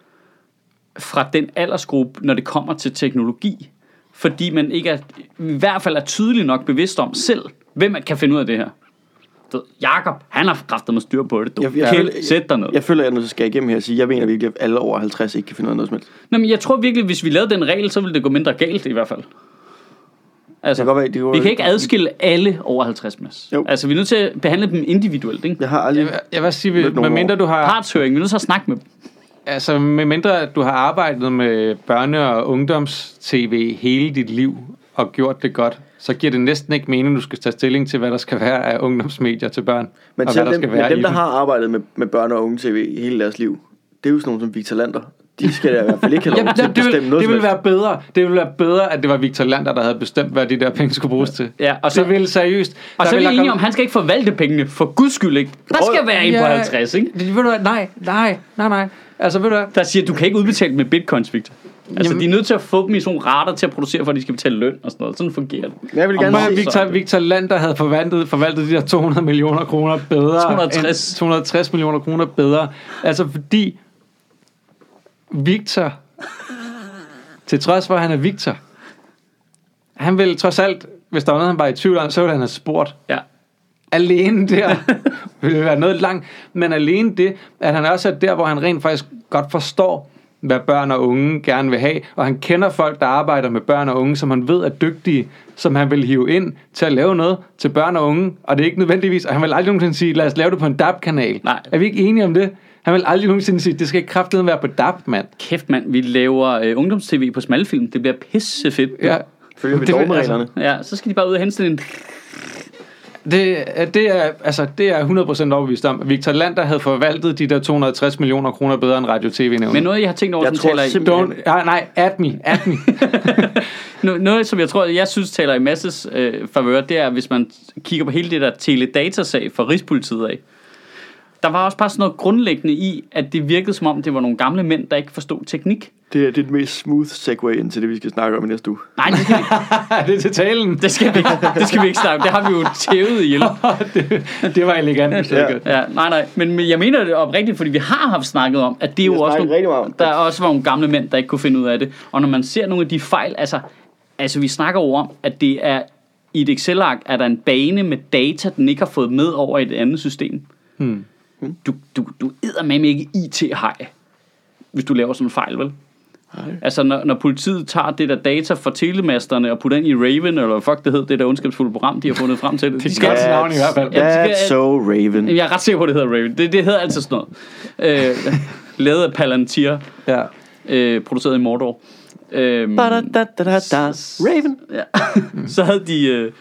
fra den aldersgruppe, når det kommer til teknologi. Fordi man ikke er, i hvert fald er tydelig nok bevidst om selv, hvem kan finde ud af det her. Jakob, han har kraftet med styr på det. Du. Jeg, jeg, Kjeld, jeg, sæt dig ned. Jeg føler, at jeg skal igennem her og sige, jeg mener virkelig, at alle over halvtreds ikke kan finde ud af noget som helst. Nå, men jeg tror virkelig, hvis vi lavede den regel, så ville det gå mindre galt i hvert fald. Altså, det kan være, det kan vi kan ikke adskille alle over halvtreds, Mads. Jo. Altså, vi er nødt til at behandle dem individuelt, ikke? Jeg har aldrig... Jeg, jeg vil sige, med mindre du har... Partshøring, vi er nødt til at snakke med dem. Altså, med mindre at du har arbejdet med børne- og ungdoms-tv hele dit liv og gjort det godt, så giver det næsten ikke mening, at du skal tage stilling til, hvad der skal være af ungdomsmedier til børn. Men og selv hvad der dem, skal være men dem i der dem. har arbejdet med, med børne- og unge-tv hele deres liv, det er jo sådan nogle som Victor Lander. De skal da i hvert fald ikke have lov Jamen, til at det, bestemme vil, noget det som ville helst. være bedre. Det ville være bedre, at det var Victor Lander, der havde bestemt, hvad de der penge skulle bruges til. Ja, og så- det ville seriøst. Og Der så er vi ville enige komme- om, han skal ikke forvalte pengene, for guds skyld ikke. Der skal være en på halvtreds, ikke? Det, ved du hvad, nej, nej, nej, nej. Altså, ved du hvad? Der siger, du kan ikke udbetale med bitcoins, Victor. Altså, Jamen- de er nødt til at få dem i sådan nogle rater til at producere, for at de skal betale løn og sådan noget. Sådan fungerer det. Men jeg vil Og gerne meget- sige, Victor, Victor Lander havde forvaltet, forvaltet de der to hundrede millioner kroner bedre. to hundrede og tres. End to hundrede og tres millioner kroner bedre. Altså, fordi Victor, til trods for, at han er Victor, han ville trods alt, hvis der var noget, han var i tvivl om, så ville han have spurgt. Ja. Alene der ville det være noget langt, men alene det, at han også er der, hvor han rent faktisk godt forstår, hvad børn og unge gerne vil have, og han kender folk, der arbejder med børn og unge, som han ved er dygtige, som han vil hive ind til at lave noget til børn og unge, og det er ikke nødvendigvis, og han vil aldrig nogensinde sige, lad os lave det på en D A B-kanal. Nej. Er vi ikke enige om det? Han vil aldrig nogensinde sige, det skal ikke kraftedeme være på D A B, mand. Kæft, mand. Vi laver øh, ungdomstv på smalfilm. Det bliver pissefedt. Ja. følger vi Det vil- dogmereglerne. Ja, så skal de bare ud og hente sådan en... Det, er- det er altså det er hundrede procent overbevist om. Victor Lander havde forvaltet de der to hundrede og tres millioner kroner bedre end Radio T V-nævnet. Men noget, jeg har tænkt over, Jeg som tror taler i... simpelthen- Don't, ja, nej, at me, at me. Noget, noget, som jeg tror, jeg synes taler i masses øh, favør, det er, hvis man kigger på hele det der teledatasag fra Rigspolitiet af. Der var også bare sådan noget grundlæggende i, at det virkede som om, det var nogle gamle mænd, der ikke forstod teknik. Det er, det er den mest smooth segue ind til det, vi skal snakke om i næste uge. Nej, det skal vi, det er til talen. det skal vi, ikke, det skal vi ikke snakke om. Det har vi jo tævet ihjel. det, det var elegant. hvis det Ja. var godt. Ja, nej, nej. Men, men jeg mener det oprigtigt, fordi vi har haft snakket om, at det er Vi jo har også snakket rigtig meget nogle, om der også var nogle gamle mænd, der ikke kunne finde ud af det. Og når man ser nogle af de fejl, altså, altså vi snakker jo om, at det er i et Excel-ark, er der en bane med data, den ikke har fået med over i et andet system. Hmm. Du, du, du eddermame ikke I T-hej, hvis du laver sådan en fejl, vel? Nej. Altså, når, når politiet tager det der data fra telemasterne og putter ind i Raven, eller hvad fuck det hed, det der ondskabsfulde program, de har fundet frem til det. Det skal til navn i hvert fald. Ja, det That's skal- so Raven. Jeg er ret sikker på, at det hedder Raven. Det, det hedder altid sådan noget. Øh, lavet af Palantir, Ja. øh, produceret i Mordor. Øh, Ba-da-da-da-da. Raven. ja. Så havde de... Øh,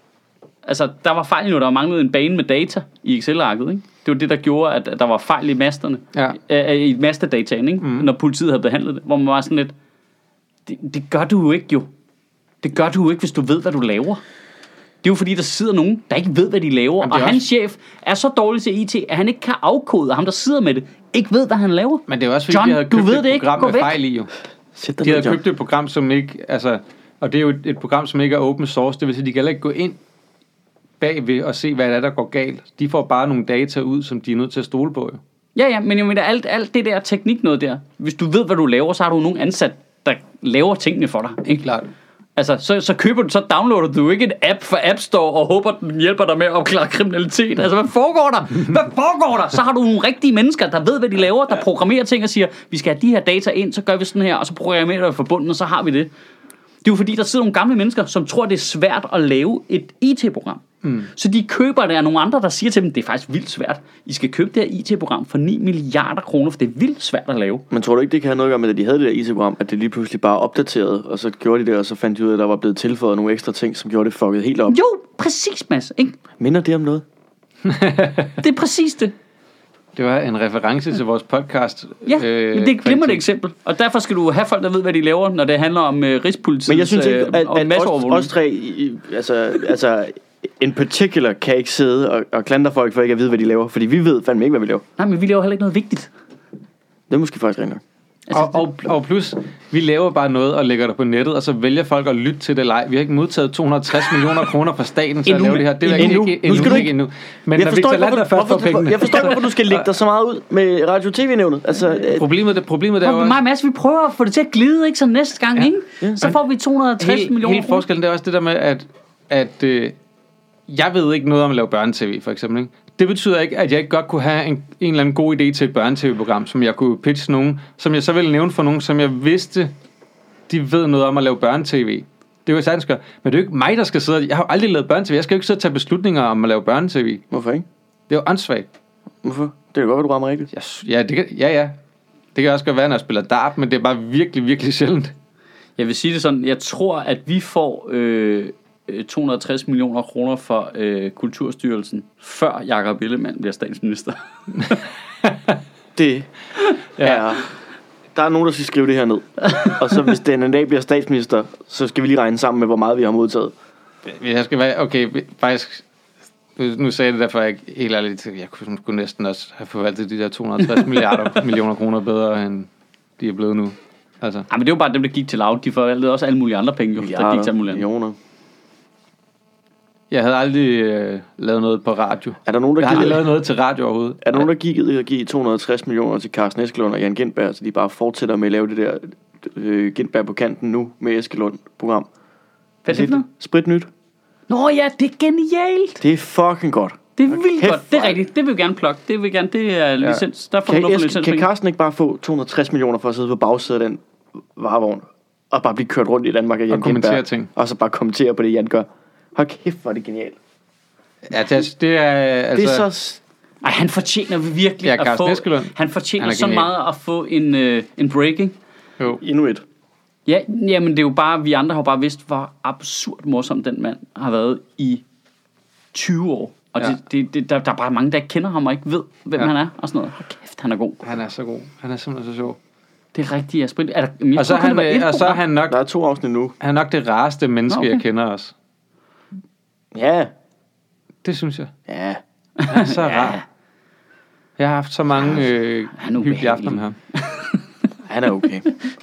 altså, der var fejl nu, der manglede en bane med data i Excel-arket, ikke? Det var det, der gjorde, at der var fejl i masterne. Ja. Øh, I masterdataen, ikke? Mm. Når politiet havde behandlet det. Hvor man var sådan lidt... Det, det gør du jo ikke, jo. Det gør du jo ikke, hvis du ved, hvad du laver. Det er jo fordi, der sidder nogen, der ikke ved, hvad de laver. Jamen, Og det er hans chef er så dårlig til I T, at han ikke kan afkode, og ham, der sidder med det, ikke ved, hvad han laver. Men det er også fordi, John, de havde du købt ved et det ikke. program Gå med væk. fejl i, jo. Sæt dig De ned, havde John. købt et program, som ikke... Altså, og det er jo et, et program, som ikke er open source. Det vil sige, de kan heller ikke gå ind bagved og se, hvad det er, der går galt. De får bare nogle data ud, som de er nødt til at stole på, jo. Ja, ja, men jeg mener, alt, alt det der teknik noget der. Hvis du ved, hvad du laver, så har du nogen ansat, der laver tingene for dig. Ikke? Klart. Altså, så, så køber du, så downloader du ikke en app fra App Store og håber, den hjælper dig med at opklare kriminalitet. Altså, hvad foregår der? Hvad foregår der? Så har du nogle rigtige mennesker, der ved, hvad de laver, der programmerer ting og siger, vi skal have de her data ind, så gør vi sådan her, og så programmerer vi forbundet, og så har vi det. Det er jo fordi, der sidder nogle gamle mennesker, som tror, det er svært at lave et I T-program. Mm. Så de køber det af nogle andre, der siger til dem, det er faktisk vildt svært. I skal købe det her I T-program for ni milliarder kroner, for det er vildt svært at lave. Men tror du ikke, det kan have noget at gøre med, at de havde det der I T-program, at det lige pludselig bare opdateret, og så gjorde de det, og så fandt de ud af, at der var blevet tilføjet nogle ekstra ting, som gjorde det fucket helt op? Jo, præcis, Mads. Ikke? Minder det om noget? Det er præcis det. Det var en reference til vores podcast. Ja, øh, men det er et glimrende kvalitet. eksempel. Og derfor skal du have folk, der ved, hvad de laver, når det handler om øh, Rigspolitiet Men jeg synes ikke, at, og at os, masseovervågning. os tre, i- altså, altså in particular kan ikke sidde og, og klandre folk for ikke at vide, hvad de laver. Fordi vi ved fandme ikke, hvad vi laver. Nej, men vi laver heller ikke noget vigtigt. Det er måske faktisk rent nok. Altså, og, og, og plus, vi laver bare noget og lægger det på nettet, og så vælger folk at lytte til det live. Vi har ikke modtaget to hundrede og tres millioner kroner fra staten til at lave det her. Det er endnu. ikke Nu skal endnu. du Ikke endnu. Men jeg når forstår, Victor Lander hvorfor, først får hvorfor, pengene. jeg forstår ikke, hvorfor du skal lægge dig så meget ud med Radio- og T V-nævnet. Altså, Problemet, det, problemet der er Og også... mig og Mads, vi prøver at få det til at glide, ikke? Så næste gang, Ja. ikke? Ja. Så får vi to hundrede og tres Helt, millioner helt forskellen, det er også det der med, at, at øh, jeg ved ikke noget om at lave børnetv, for eksempel. Ikke? Det betyder ikke, at jeg ikke godt kunne have en, en eller anden god idé til et børnetv-program, som jeg kunne pitche nogen, som jeg så ville nævne for nogen, som jeg vidste, de ved noget om at lave børnetv. Det er jo sagtens gøre. Men det er jo ikke mig, der skal sidde... Jeg har jo aldrig lavet børnetv. Jeg skal jo ikke sidde og tage beslutninger om at lave børnetv. hvorfor ikke? Det er jo åndssvagt. Hvorfor? Det er jo godt, at du rammer rigtigt. Jeg, ja, det kan, ja, ja. Det kan også godt være, når jeg spiller dart, men det er bare virkelig, virkelig sjældent. Jeg vil sige det sådan, jeg tror, at vi får øh, to hundrede og tres millioner kroner for øh, Kulturstyrelsen, før Jakob Ellemann bliver statsminister. Det er... Der er nogen, der skal skrive det her ned. Og så hvis den en dag bliver statsminister, så skal vi lige regne sammen med, hvor meget vi har modtaget. Jeg skal være... Okay, faktisk... Nu sagde jeg det derfor, jeg ikke helt ærligt... Jeg kunne, kunne næsten også have forvaltet de der to hundrede og tres milliarder millioner kroner bedre, end de er blevet nu. Altså. Ej, men det var bare dem, der gik til laut. De forvaltede også alle mulige andre penge, jo, der gik til alle mulige andre. Millioner. Jeg havde aldrig øh, lavet noget på radio. Er der nogen, der Jeg har aldrig gider, lavet noget til radio overhovedet. er der nogen, der gider at give to hundrede og tres millioner til Carsten Eskelund og Jan Gintberg, så de bare fortsætter med at lave det der øh, Gintberg på kanten nu med Eskelund-program? Hvad er det for noget? Sprit nyt. Nå ja, det er genialt. Det er fucking godt. Det er vildt kæft, godt. Det er hvor- rigtigt. Det vil vi gerne plukke. Det vil vi gerne. Det er licens. Der får du Kan, lov for Esk, kan licenspenge. Carsten ikke bare få to hundrede og tres millioner for at sidde på bagsædet af den varevogn og bare blive kørt rundt i Danmark af Jan kommentere Gintberg, ting. og så bare kommentere på det, Jan gør? Hold kæft, hvor er det genialt. Ja, det er, det er altså... Det er så... Ej, han fortjener virkelig Ja, at få... Carsten Eskelund. Han fortjener Han er så genial. meget at få en, øh, en breaking. Jo. Endnu et. Ja, jamen det er jo bare... Vi andre har jo bare vidst, hvor absurd morsom den mand har været i tyve år. Og Ja. det, det, det, der, der er bare mange, der ikke kender ham og ikke ved, hvem Ja. han er og sådan noget. Hold kæft, han er god. Han er så god. Han er simpelthen så sjov. Det er rigtigt, jeg spiller. Er der, jeg Og så er tror, han, det var et og så er program. han nok... Der er to afsnit nu. Han er nok det rareste menneske, Nå, okay. jeg kender også. Ja. Det synes jeg. Ja. Han er så rar. Jeg har haft så mange øh, Han er hyggelige aftener med ham. Han er okay.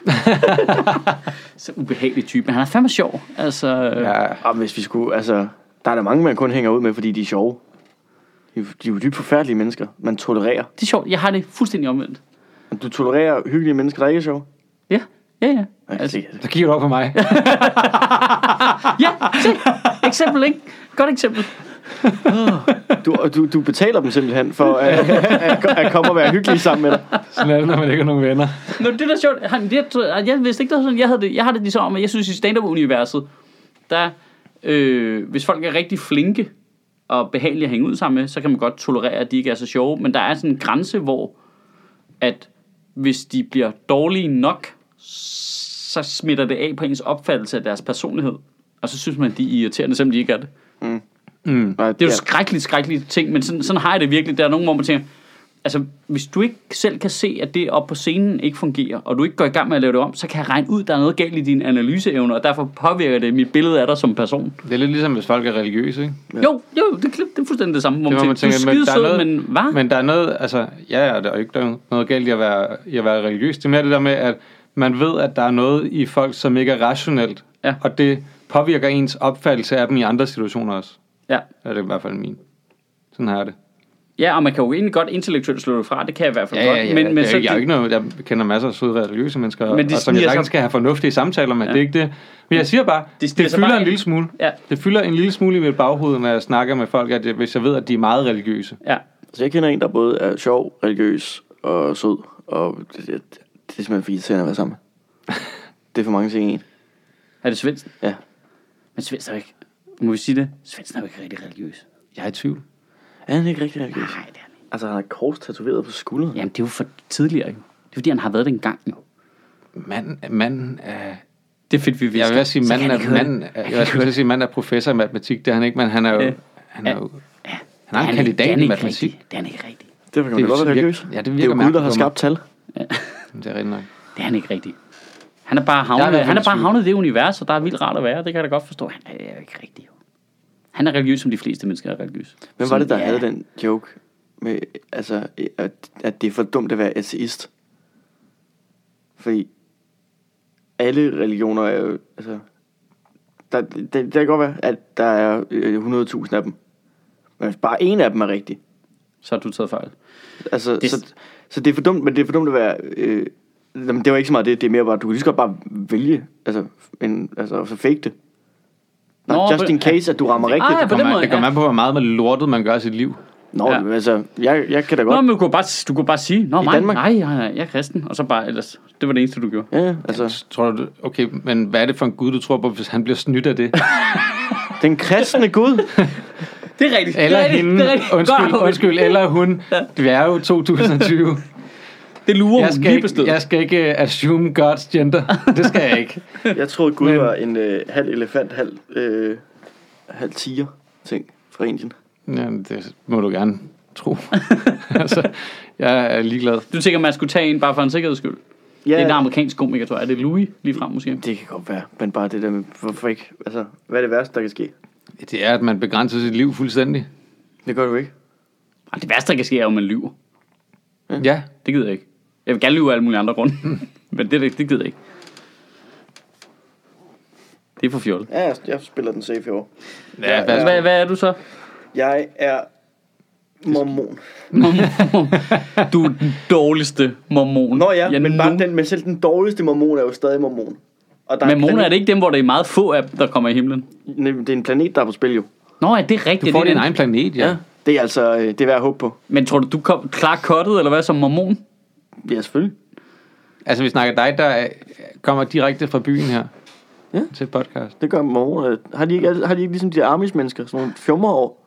Så ubehagelig type, men han er fandme sjov. Altså, Ja, Og hvis vi skulle, altså, der er der mange, man kun hænger ud med, fordi de er sjove. De, er- de er jo dybt forfærdelige mennesker, man tolererer. det er sjovt. Jeg har det fuldstændig omvendt. Du tolererer hyggelige mennesker, der ikke er sjove. Ja, ja, ja. Altså, der kigger du op på mig. Ja, se. Eksempel, ikke? Godt eksempel. du, du, du betaler dem simpelthen for at, at, at komme og være hyggelige sammen med dig. Sådan er det, når man ikke har nogen venner. Nå, det er da sjovt. Han, det, jeg vidste ikke, det var sådan. Jeg, havde det, jeg har det ligesom om, at jeg synes, i stand-up-universet, der, øh, hvis folk er rigtig flinke og behagelige at hænge ud sammen med, så kan man godt tolerere, at de ikke er så sjove. Men der er sådan en grænse, hvor at hvis de bliver dårlige nok, så smitter det af på ens opfattelse af deres personlighed. Og så synes man, at de er irriterende, selvom de ikke er det. Mm. Og, Det er jo skrækkeligt, skrækkelige ting, men sådan, sådan har jeg det virkelig. Der er nogen, hvor man tænker, altså, hvis du ikke selv kan se, at det oppe på scenen ikke fungerer, og du ikke går i gang med at lave det om, så kan jeg regne ud, at der er noget galt i dine analyseevner, og derfor påvirker det mit billede af dig som person. Det er lidt ligesom, hvis folk er religiøse, ikke? Ja. Jo, jo, det, det er fuldstændig det samme, hvor Det man må tænker, man du er tænke, men der er skidesød, noget- men hvad? Men der er noget, altså, ja, ja, der er jo ikke der er noget galt i at være, i at være religiøs. Det er mere det der med, at man ved, at der er noget i folk, som ikke er rationelt, Ja. og det påvirker ens opfattelse af dem i andre situationer også. Ja. Det er i hvert fald min. Sådan har jeg det. Ja, og man kan jo egentlig godt intellektuelt slå det fra, det kan jeg i hvert fald Ja, godt. ja, ja. Men, Men, men det er, så, jo ikke- jeg, er jo ikke noget, jeg kender masser af søde religiøse mennesker, Men men de og som jeg sniger sagtens sig- skal have fornuftige samtaler med. Ja. Det er ikke det. Men jeg siger bare, De det, sniger det sig fylder bare en ind. lille smule. Ja. Det fylder en lille smule i mit baghoved, når jeg snakker med folk, at jeg, hvis jeg ved, at de er meget religiøse. ja. Så jeg kender en, der både er sjov, religiøs og sød, og det, det, det er simpelthen for irriterende at være sammen med. Det er for mange ting i en. Er det Svendsen? Ja. Men Svendsen er jo ikke, må vi sige det? Svendsen er jo ikke rigtig religiøs. Jeg er i tvivl. Er han ikke rigtig religiøs? Nej, det er han ikke. Altså, han har kors tatoveret på skulderen. Jamen, det er jo for tidligere, jo. Det er fordi, han har været det en gang, jo. Manden, manden er... Det er fedt, vi vidste. Jeg vil også sige, Så manden kan er, han ikke manden, er, jeg vil også sige, manden er professor i matematik. Det er han ikke, men han er jo... Ja. Han er jo Ja. han har en Det kandidat er i ikke matematik. rigtigt. Det er han ikke rigtigt. Derfor kan man Det da godt være virker- religiøs. ja, det det er virker jo Gud, der mærkeligt har på skabt tal. Det er rigtigt nok. Det er han ikke rigtigt. Han er bare Jeg er i havnet, hvert fald han er bare tvivl. havnet i det univers, og der er vildt rart at være. Det kan jeg da godt forstå. Han er jo ikke rigtig, jo. Han er religiøs, som de fleste mennesker er religiøse. Hvem var det, der ja. havde den joke med, altså, at, at det er for dumt at være ateist? Fordi alle religioner er jo, altså, der, det, det kan godt være, at der er hundrede tusind af dem. Men hvis bare en af dem er rigtig. Så har du taget fejl. Altså, Det- så, så det er for dumt, men det er for dumt at være, øh, jamen, det var ikke så meget det, det er mere bare, du kan lige så godt bare vælge, altså, en, altså, og så fake det. Nå, Nå, just på- in case, at du rammer Ah, rigtigt. ja, Ja, på Det den kommer, måde, det kommer ja. an på, hvor meget med lortet man gør i sit liv. Nå, Ja. ja. altså, jeg, jeg kan da Nå, godt. men du kunne bare, du kunne bare sige, Nå, I mig, Danmark? nej, nej, nej, jeg er kristen. Og så bare, ellers, det var det eneste, du gjorde. Ja, altså, Tror du, okay, men hvad er det for en Gud, du tror på, hvis han bliver snydt af det? den kristne Gud. Det er rigtigt. Eller det er rigtigt, hende, det er rigtigt. undskyld, Godt. undskyld, eller hun. Det er jo to tusind og tyve. Det lurer Jeg hun skal, lige ikke, bestemt. jeg skal ikke uh, assume God's gender. Det skal jeg ikke. Jeg troede Gud Men- var en øh, halv elefant, halv, øh, halv tiger ting fra Indien. Ja, det må du gerne tro. altså, jeg er ligeglad. Du tænker, man skulle tage en bare for en sikkerheds skyld? Ja, Det er en amerikansk komiker, tror jeg. Er det Louis lige frem måske? det kan godt være, men bare det der med, hvorfor ikke, altså, hvad er det værste, der kan ske? Det er, at man begrænser sit liv fuldstændig. Det gør du ikke. Ej, det værste, der kan ske, er jo, at man lyver. Ja. Det gider jeg ikke. Jeg vil gerne lyve af alle mulige andre grunde. Men det, det gider jeg ikke. Det er for fjollet. Ja, jeg, jeg spiller den safe i år. Ja, Ja, hvad, Hvad, hvad er du så? Jeg er mormon. Du er den dårligste mormon. Nå ja, jeg men, bare nogen- den, men selv den dårligste mormon er jo stadig mormon. Og der Men en mormoner er planet- det ikke dem, hvor der er meget få af dem, der kommer i himlen? Nej, det er en planet, der er på spil jo. Nå, ja, det er rigtigt. du får det er din den. egen planet, ja. Ja. Det er altså, øh, det er værd at håbe på. Men tror du, du kom klar kottet, eller hvad, som mormon? Ja, selvfølgelig. Altså, vi snakker dig, der er- kommer direkte fra byen her. Ja. Til podcast. Det gør mormoner. Har de ikke, alle- har de ikke ligesom de Amish-mennesker, sådan nogle fjummerår,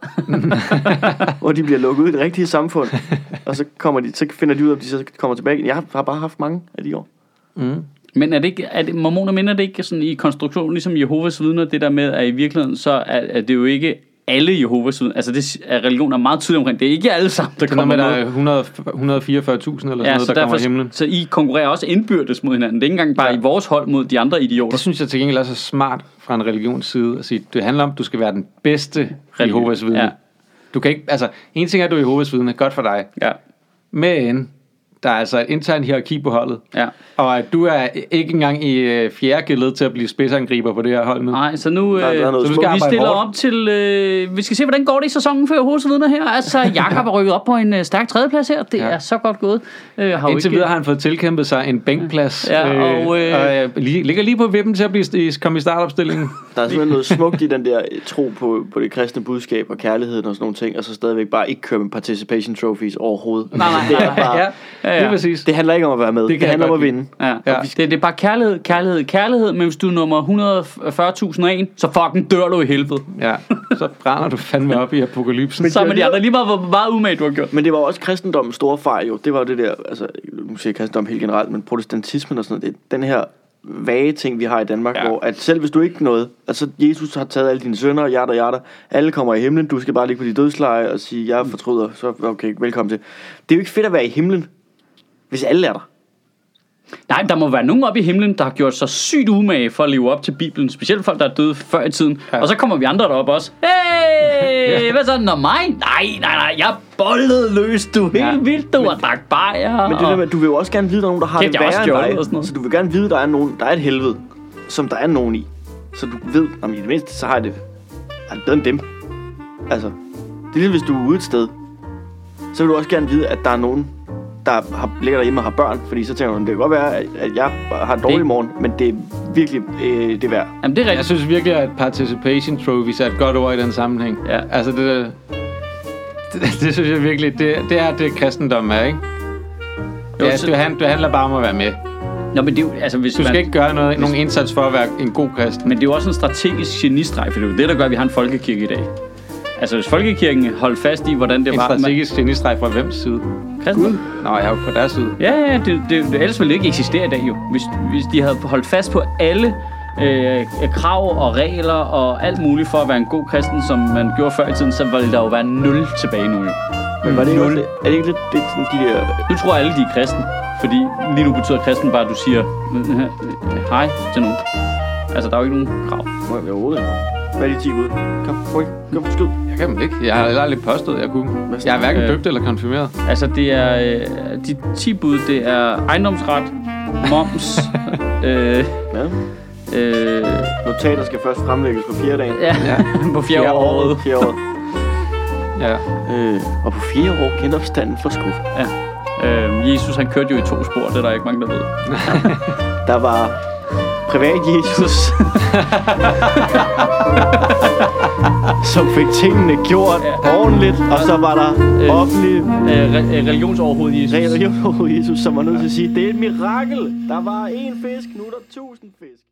hvor de bliver lukket ud i det rigtige samfund, og så, kommer de, så finder de ud af, at de så kommer tilbage. Jeg har, har bare haft mange af de år. Mm. Men er det ikke, er det, mormoner minder det ikke sådan i konstruktionen, ligesom Jehovas vidner, det der med, at i virkeligheden, så er, er det jo ikke alle Jehovas vidner. Altså, det er religion er meget tydelig omkring. Det er ikke alle sammen, der Det er noget kommer med, der med. er hundrede, et hundrede og fireogfyrre tusind eller sådan Ja, noget, så, der kommer i derfor, himlen. så I konkurrerer også indbyrdes mod hinanden. Det er ikke engang bare Ja. i vores hold mod de andre idioter. Det synes jeg til gengæld er så smart fra en religions side at sige, det handler om, at du skal være den bedste Religion. Jehovas vidne. Ja. Du kan ikke, altså, en ting er, at du er Jehovas vidne, godt for dig. Ja, Men der er altså et internt hierarki på holdet. ja. Og at du er ikke engang i øh, fjerde geled til at blive spidsangriber på det her hold nu. Nej, så nu Der- øh, der er noget så vi, smukt. vi Arbejde stiller hårdt. op til... Øh, vi skal se, hvordan går det i sæsonen for Jehovas vidner her. Altså, Jakob er rykket op på en øh, stærk tredjeplads her. Det Ja. er så godt gået. Øh, har jo Indtil ikke- videre har han fået tilkæmpet sig en bænkplads. Ja, og, øh, og øh, lige, ligger lige på vippen til at blive, i- komme i startopstillingen. Der er simpelthen noget smukt i den der tro på, på det kristne budskab og kærligheden og sådan nogle ting, og så stadigvæk bare ikke køre med participation trophies overhovedet. Nej, nej, det, nej, er bare, ja, Ja, det er ja. præcis. det handler ikke om at være med, det, kan det jeg handler om godt at lide. vinde. Ja. Ja. Det, det er bare kærlighed, kærlighed, kærlighed. Men hvis du er nummer et hundrede og fyrre tusind og en, så fucking dør du i helvede. Ja, så brænder du fandme op i apokalypsen. Så med de andre lige meget, hvor meget umage du har gjort. Men det var også kristendommens store fejl jo. Det var jo det der, altså nu siger jeg kristendom helt generelt, men protestantismen og sådan noget, det er den her vage ting, vi har i Danmark, Ja. ja. hvor at selv hvis du ikke noget, altså Jesus har taget alle dine sønner, hjerter, hjerter, alle kommer i himlen, du skal bare ligge på dit dødsleje og sige, jeg fortryder, så okay, velkommen til. Det er jo ikke fedt at være i himlen, hvis alle er der. Nej, der må være nogen oppe i himlen, der har gjort sig sygt umage for at leve op til Bibelen. Specielt folk, der er døde før i tiden. Ja. Og så kommer vi andre derop også. Hey, hvad så? Nå mig? Nej, nej, nej, jeg bollede løs, du. Helt Ja. vildt, du har dragt bajer. Men det der med, at du vil jo også gerne vide, at der er nogen, der har Kæft, det jeg har også værre stjålet end og sådan dig. noget. Så du vil gerne vide, at der er, nogen, der er et helvede, som der er nogen i. Så du ved, om i det mindste, så har jeg det, har det bedre end dem. Altså, det er ligesom, hvis du er ude et sted, så vil du også gerne vide, at der er nogen, der har, ligger derhjemme og har børn. Fordi så tænker du, det kan godt være, at at jeg har en dårlig Det- morgen, men det er virkelig øh, det er værd. Jamen, det er Jeg rigtigt. synes virkelig, at participation trophies er et godt ord i den sammenhæng. Ja. Altså det der, det, det synes jeg virkelig, det, det er det kristendom er, ikke? Jo, Ja, så- det, hand, det handler bare om at være med. Nå, men det er jo, altså, hvis Du skal man, ikke gøre noget, nogen indsats for at være en god kristen. Men det er jo også en strategisk genistreg, for det er jo det, der gør, at vi har en folkekirke i dag. Altså, hvis folkekirken holdt fast i, hvordan det En var... strategisk genistreg fra hvem side? Kristen? Nå, jeg er jo på deres side. Ja, ja, det, det, det, ellers ville det ikke eksistere i dag jo. Hvis, hvis de havde holdt fast på alle øh, krav og regler og alt muligt for at være en god kristen, som man gjorde før i tiden, så ville der jo være nul tilbage nu jo. Men var det ikke Nul. også, er det ikke lidt det, sådan, de der... Nu tror alle, de er kristen. Fordi lige nu betyder kristen bare, at du siger øh, hej til nogen. Altså, der er jo ikke nogen krav. Må jeg overhovedet ikke? Hvad er de ti bud? Kom, prøv. Kom, skyd. Jeg kan dem ikke. Jeg har aldrig påstået, at jeg kunne. Jeg er hverken Øh. døbt eller konfirmeret. Altså, det er... Øh, de ti bud, det er ejendomsret, moms, øh, Ja. øh, Notater skal først fremlægges på fjerde dagen. ja, Ja. på fjerde året. Fjerde året. Ja. Øh, og på fire år genopstanden for skud. Øh, Jesus, han kørte jo i to spor, det er der ikke mange, der ved. Der var privat Jesus, som fik tingene gjort Ja. ordentligt, og så var der Øh. offentlig Øh, re- religionsoverhovedet Jesus. religion over Jesus, som var nødt til at sige, det er et mirakel. Der var én fisk, nu er der tusind fisk.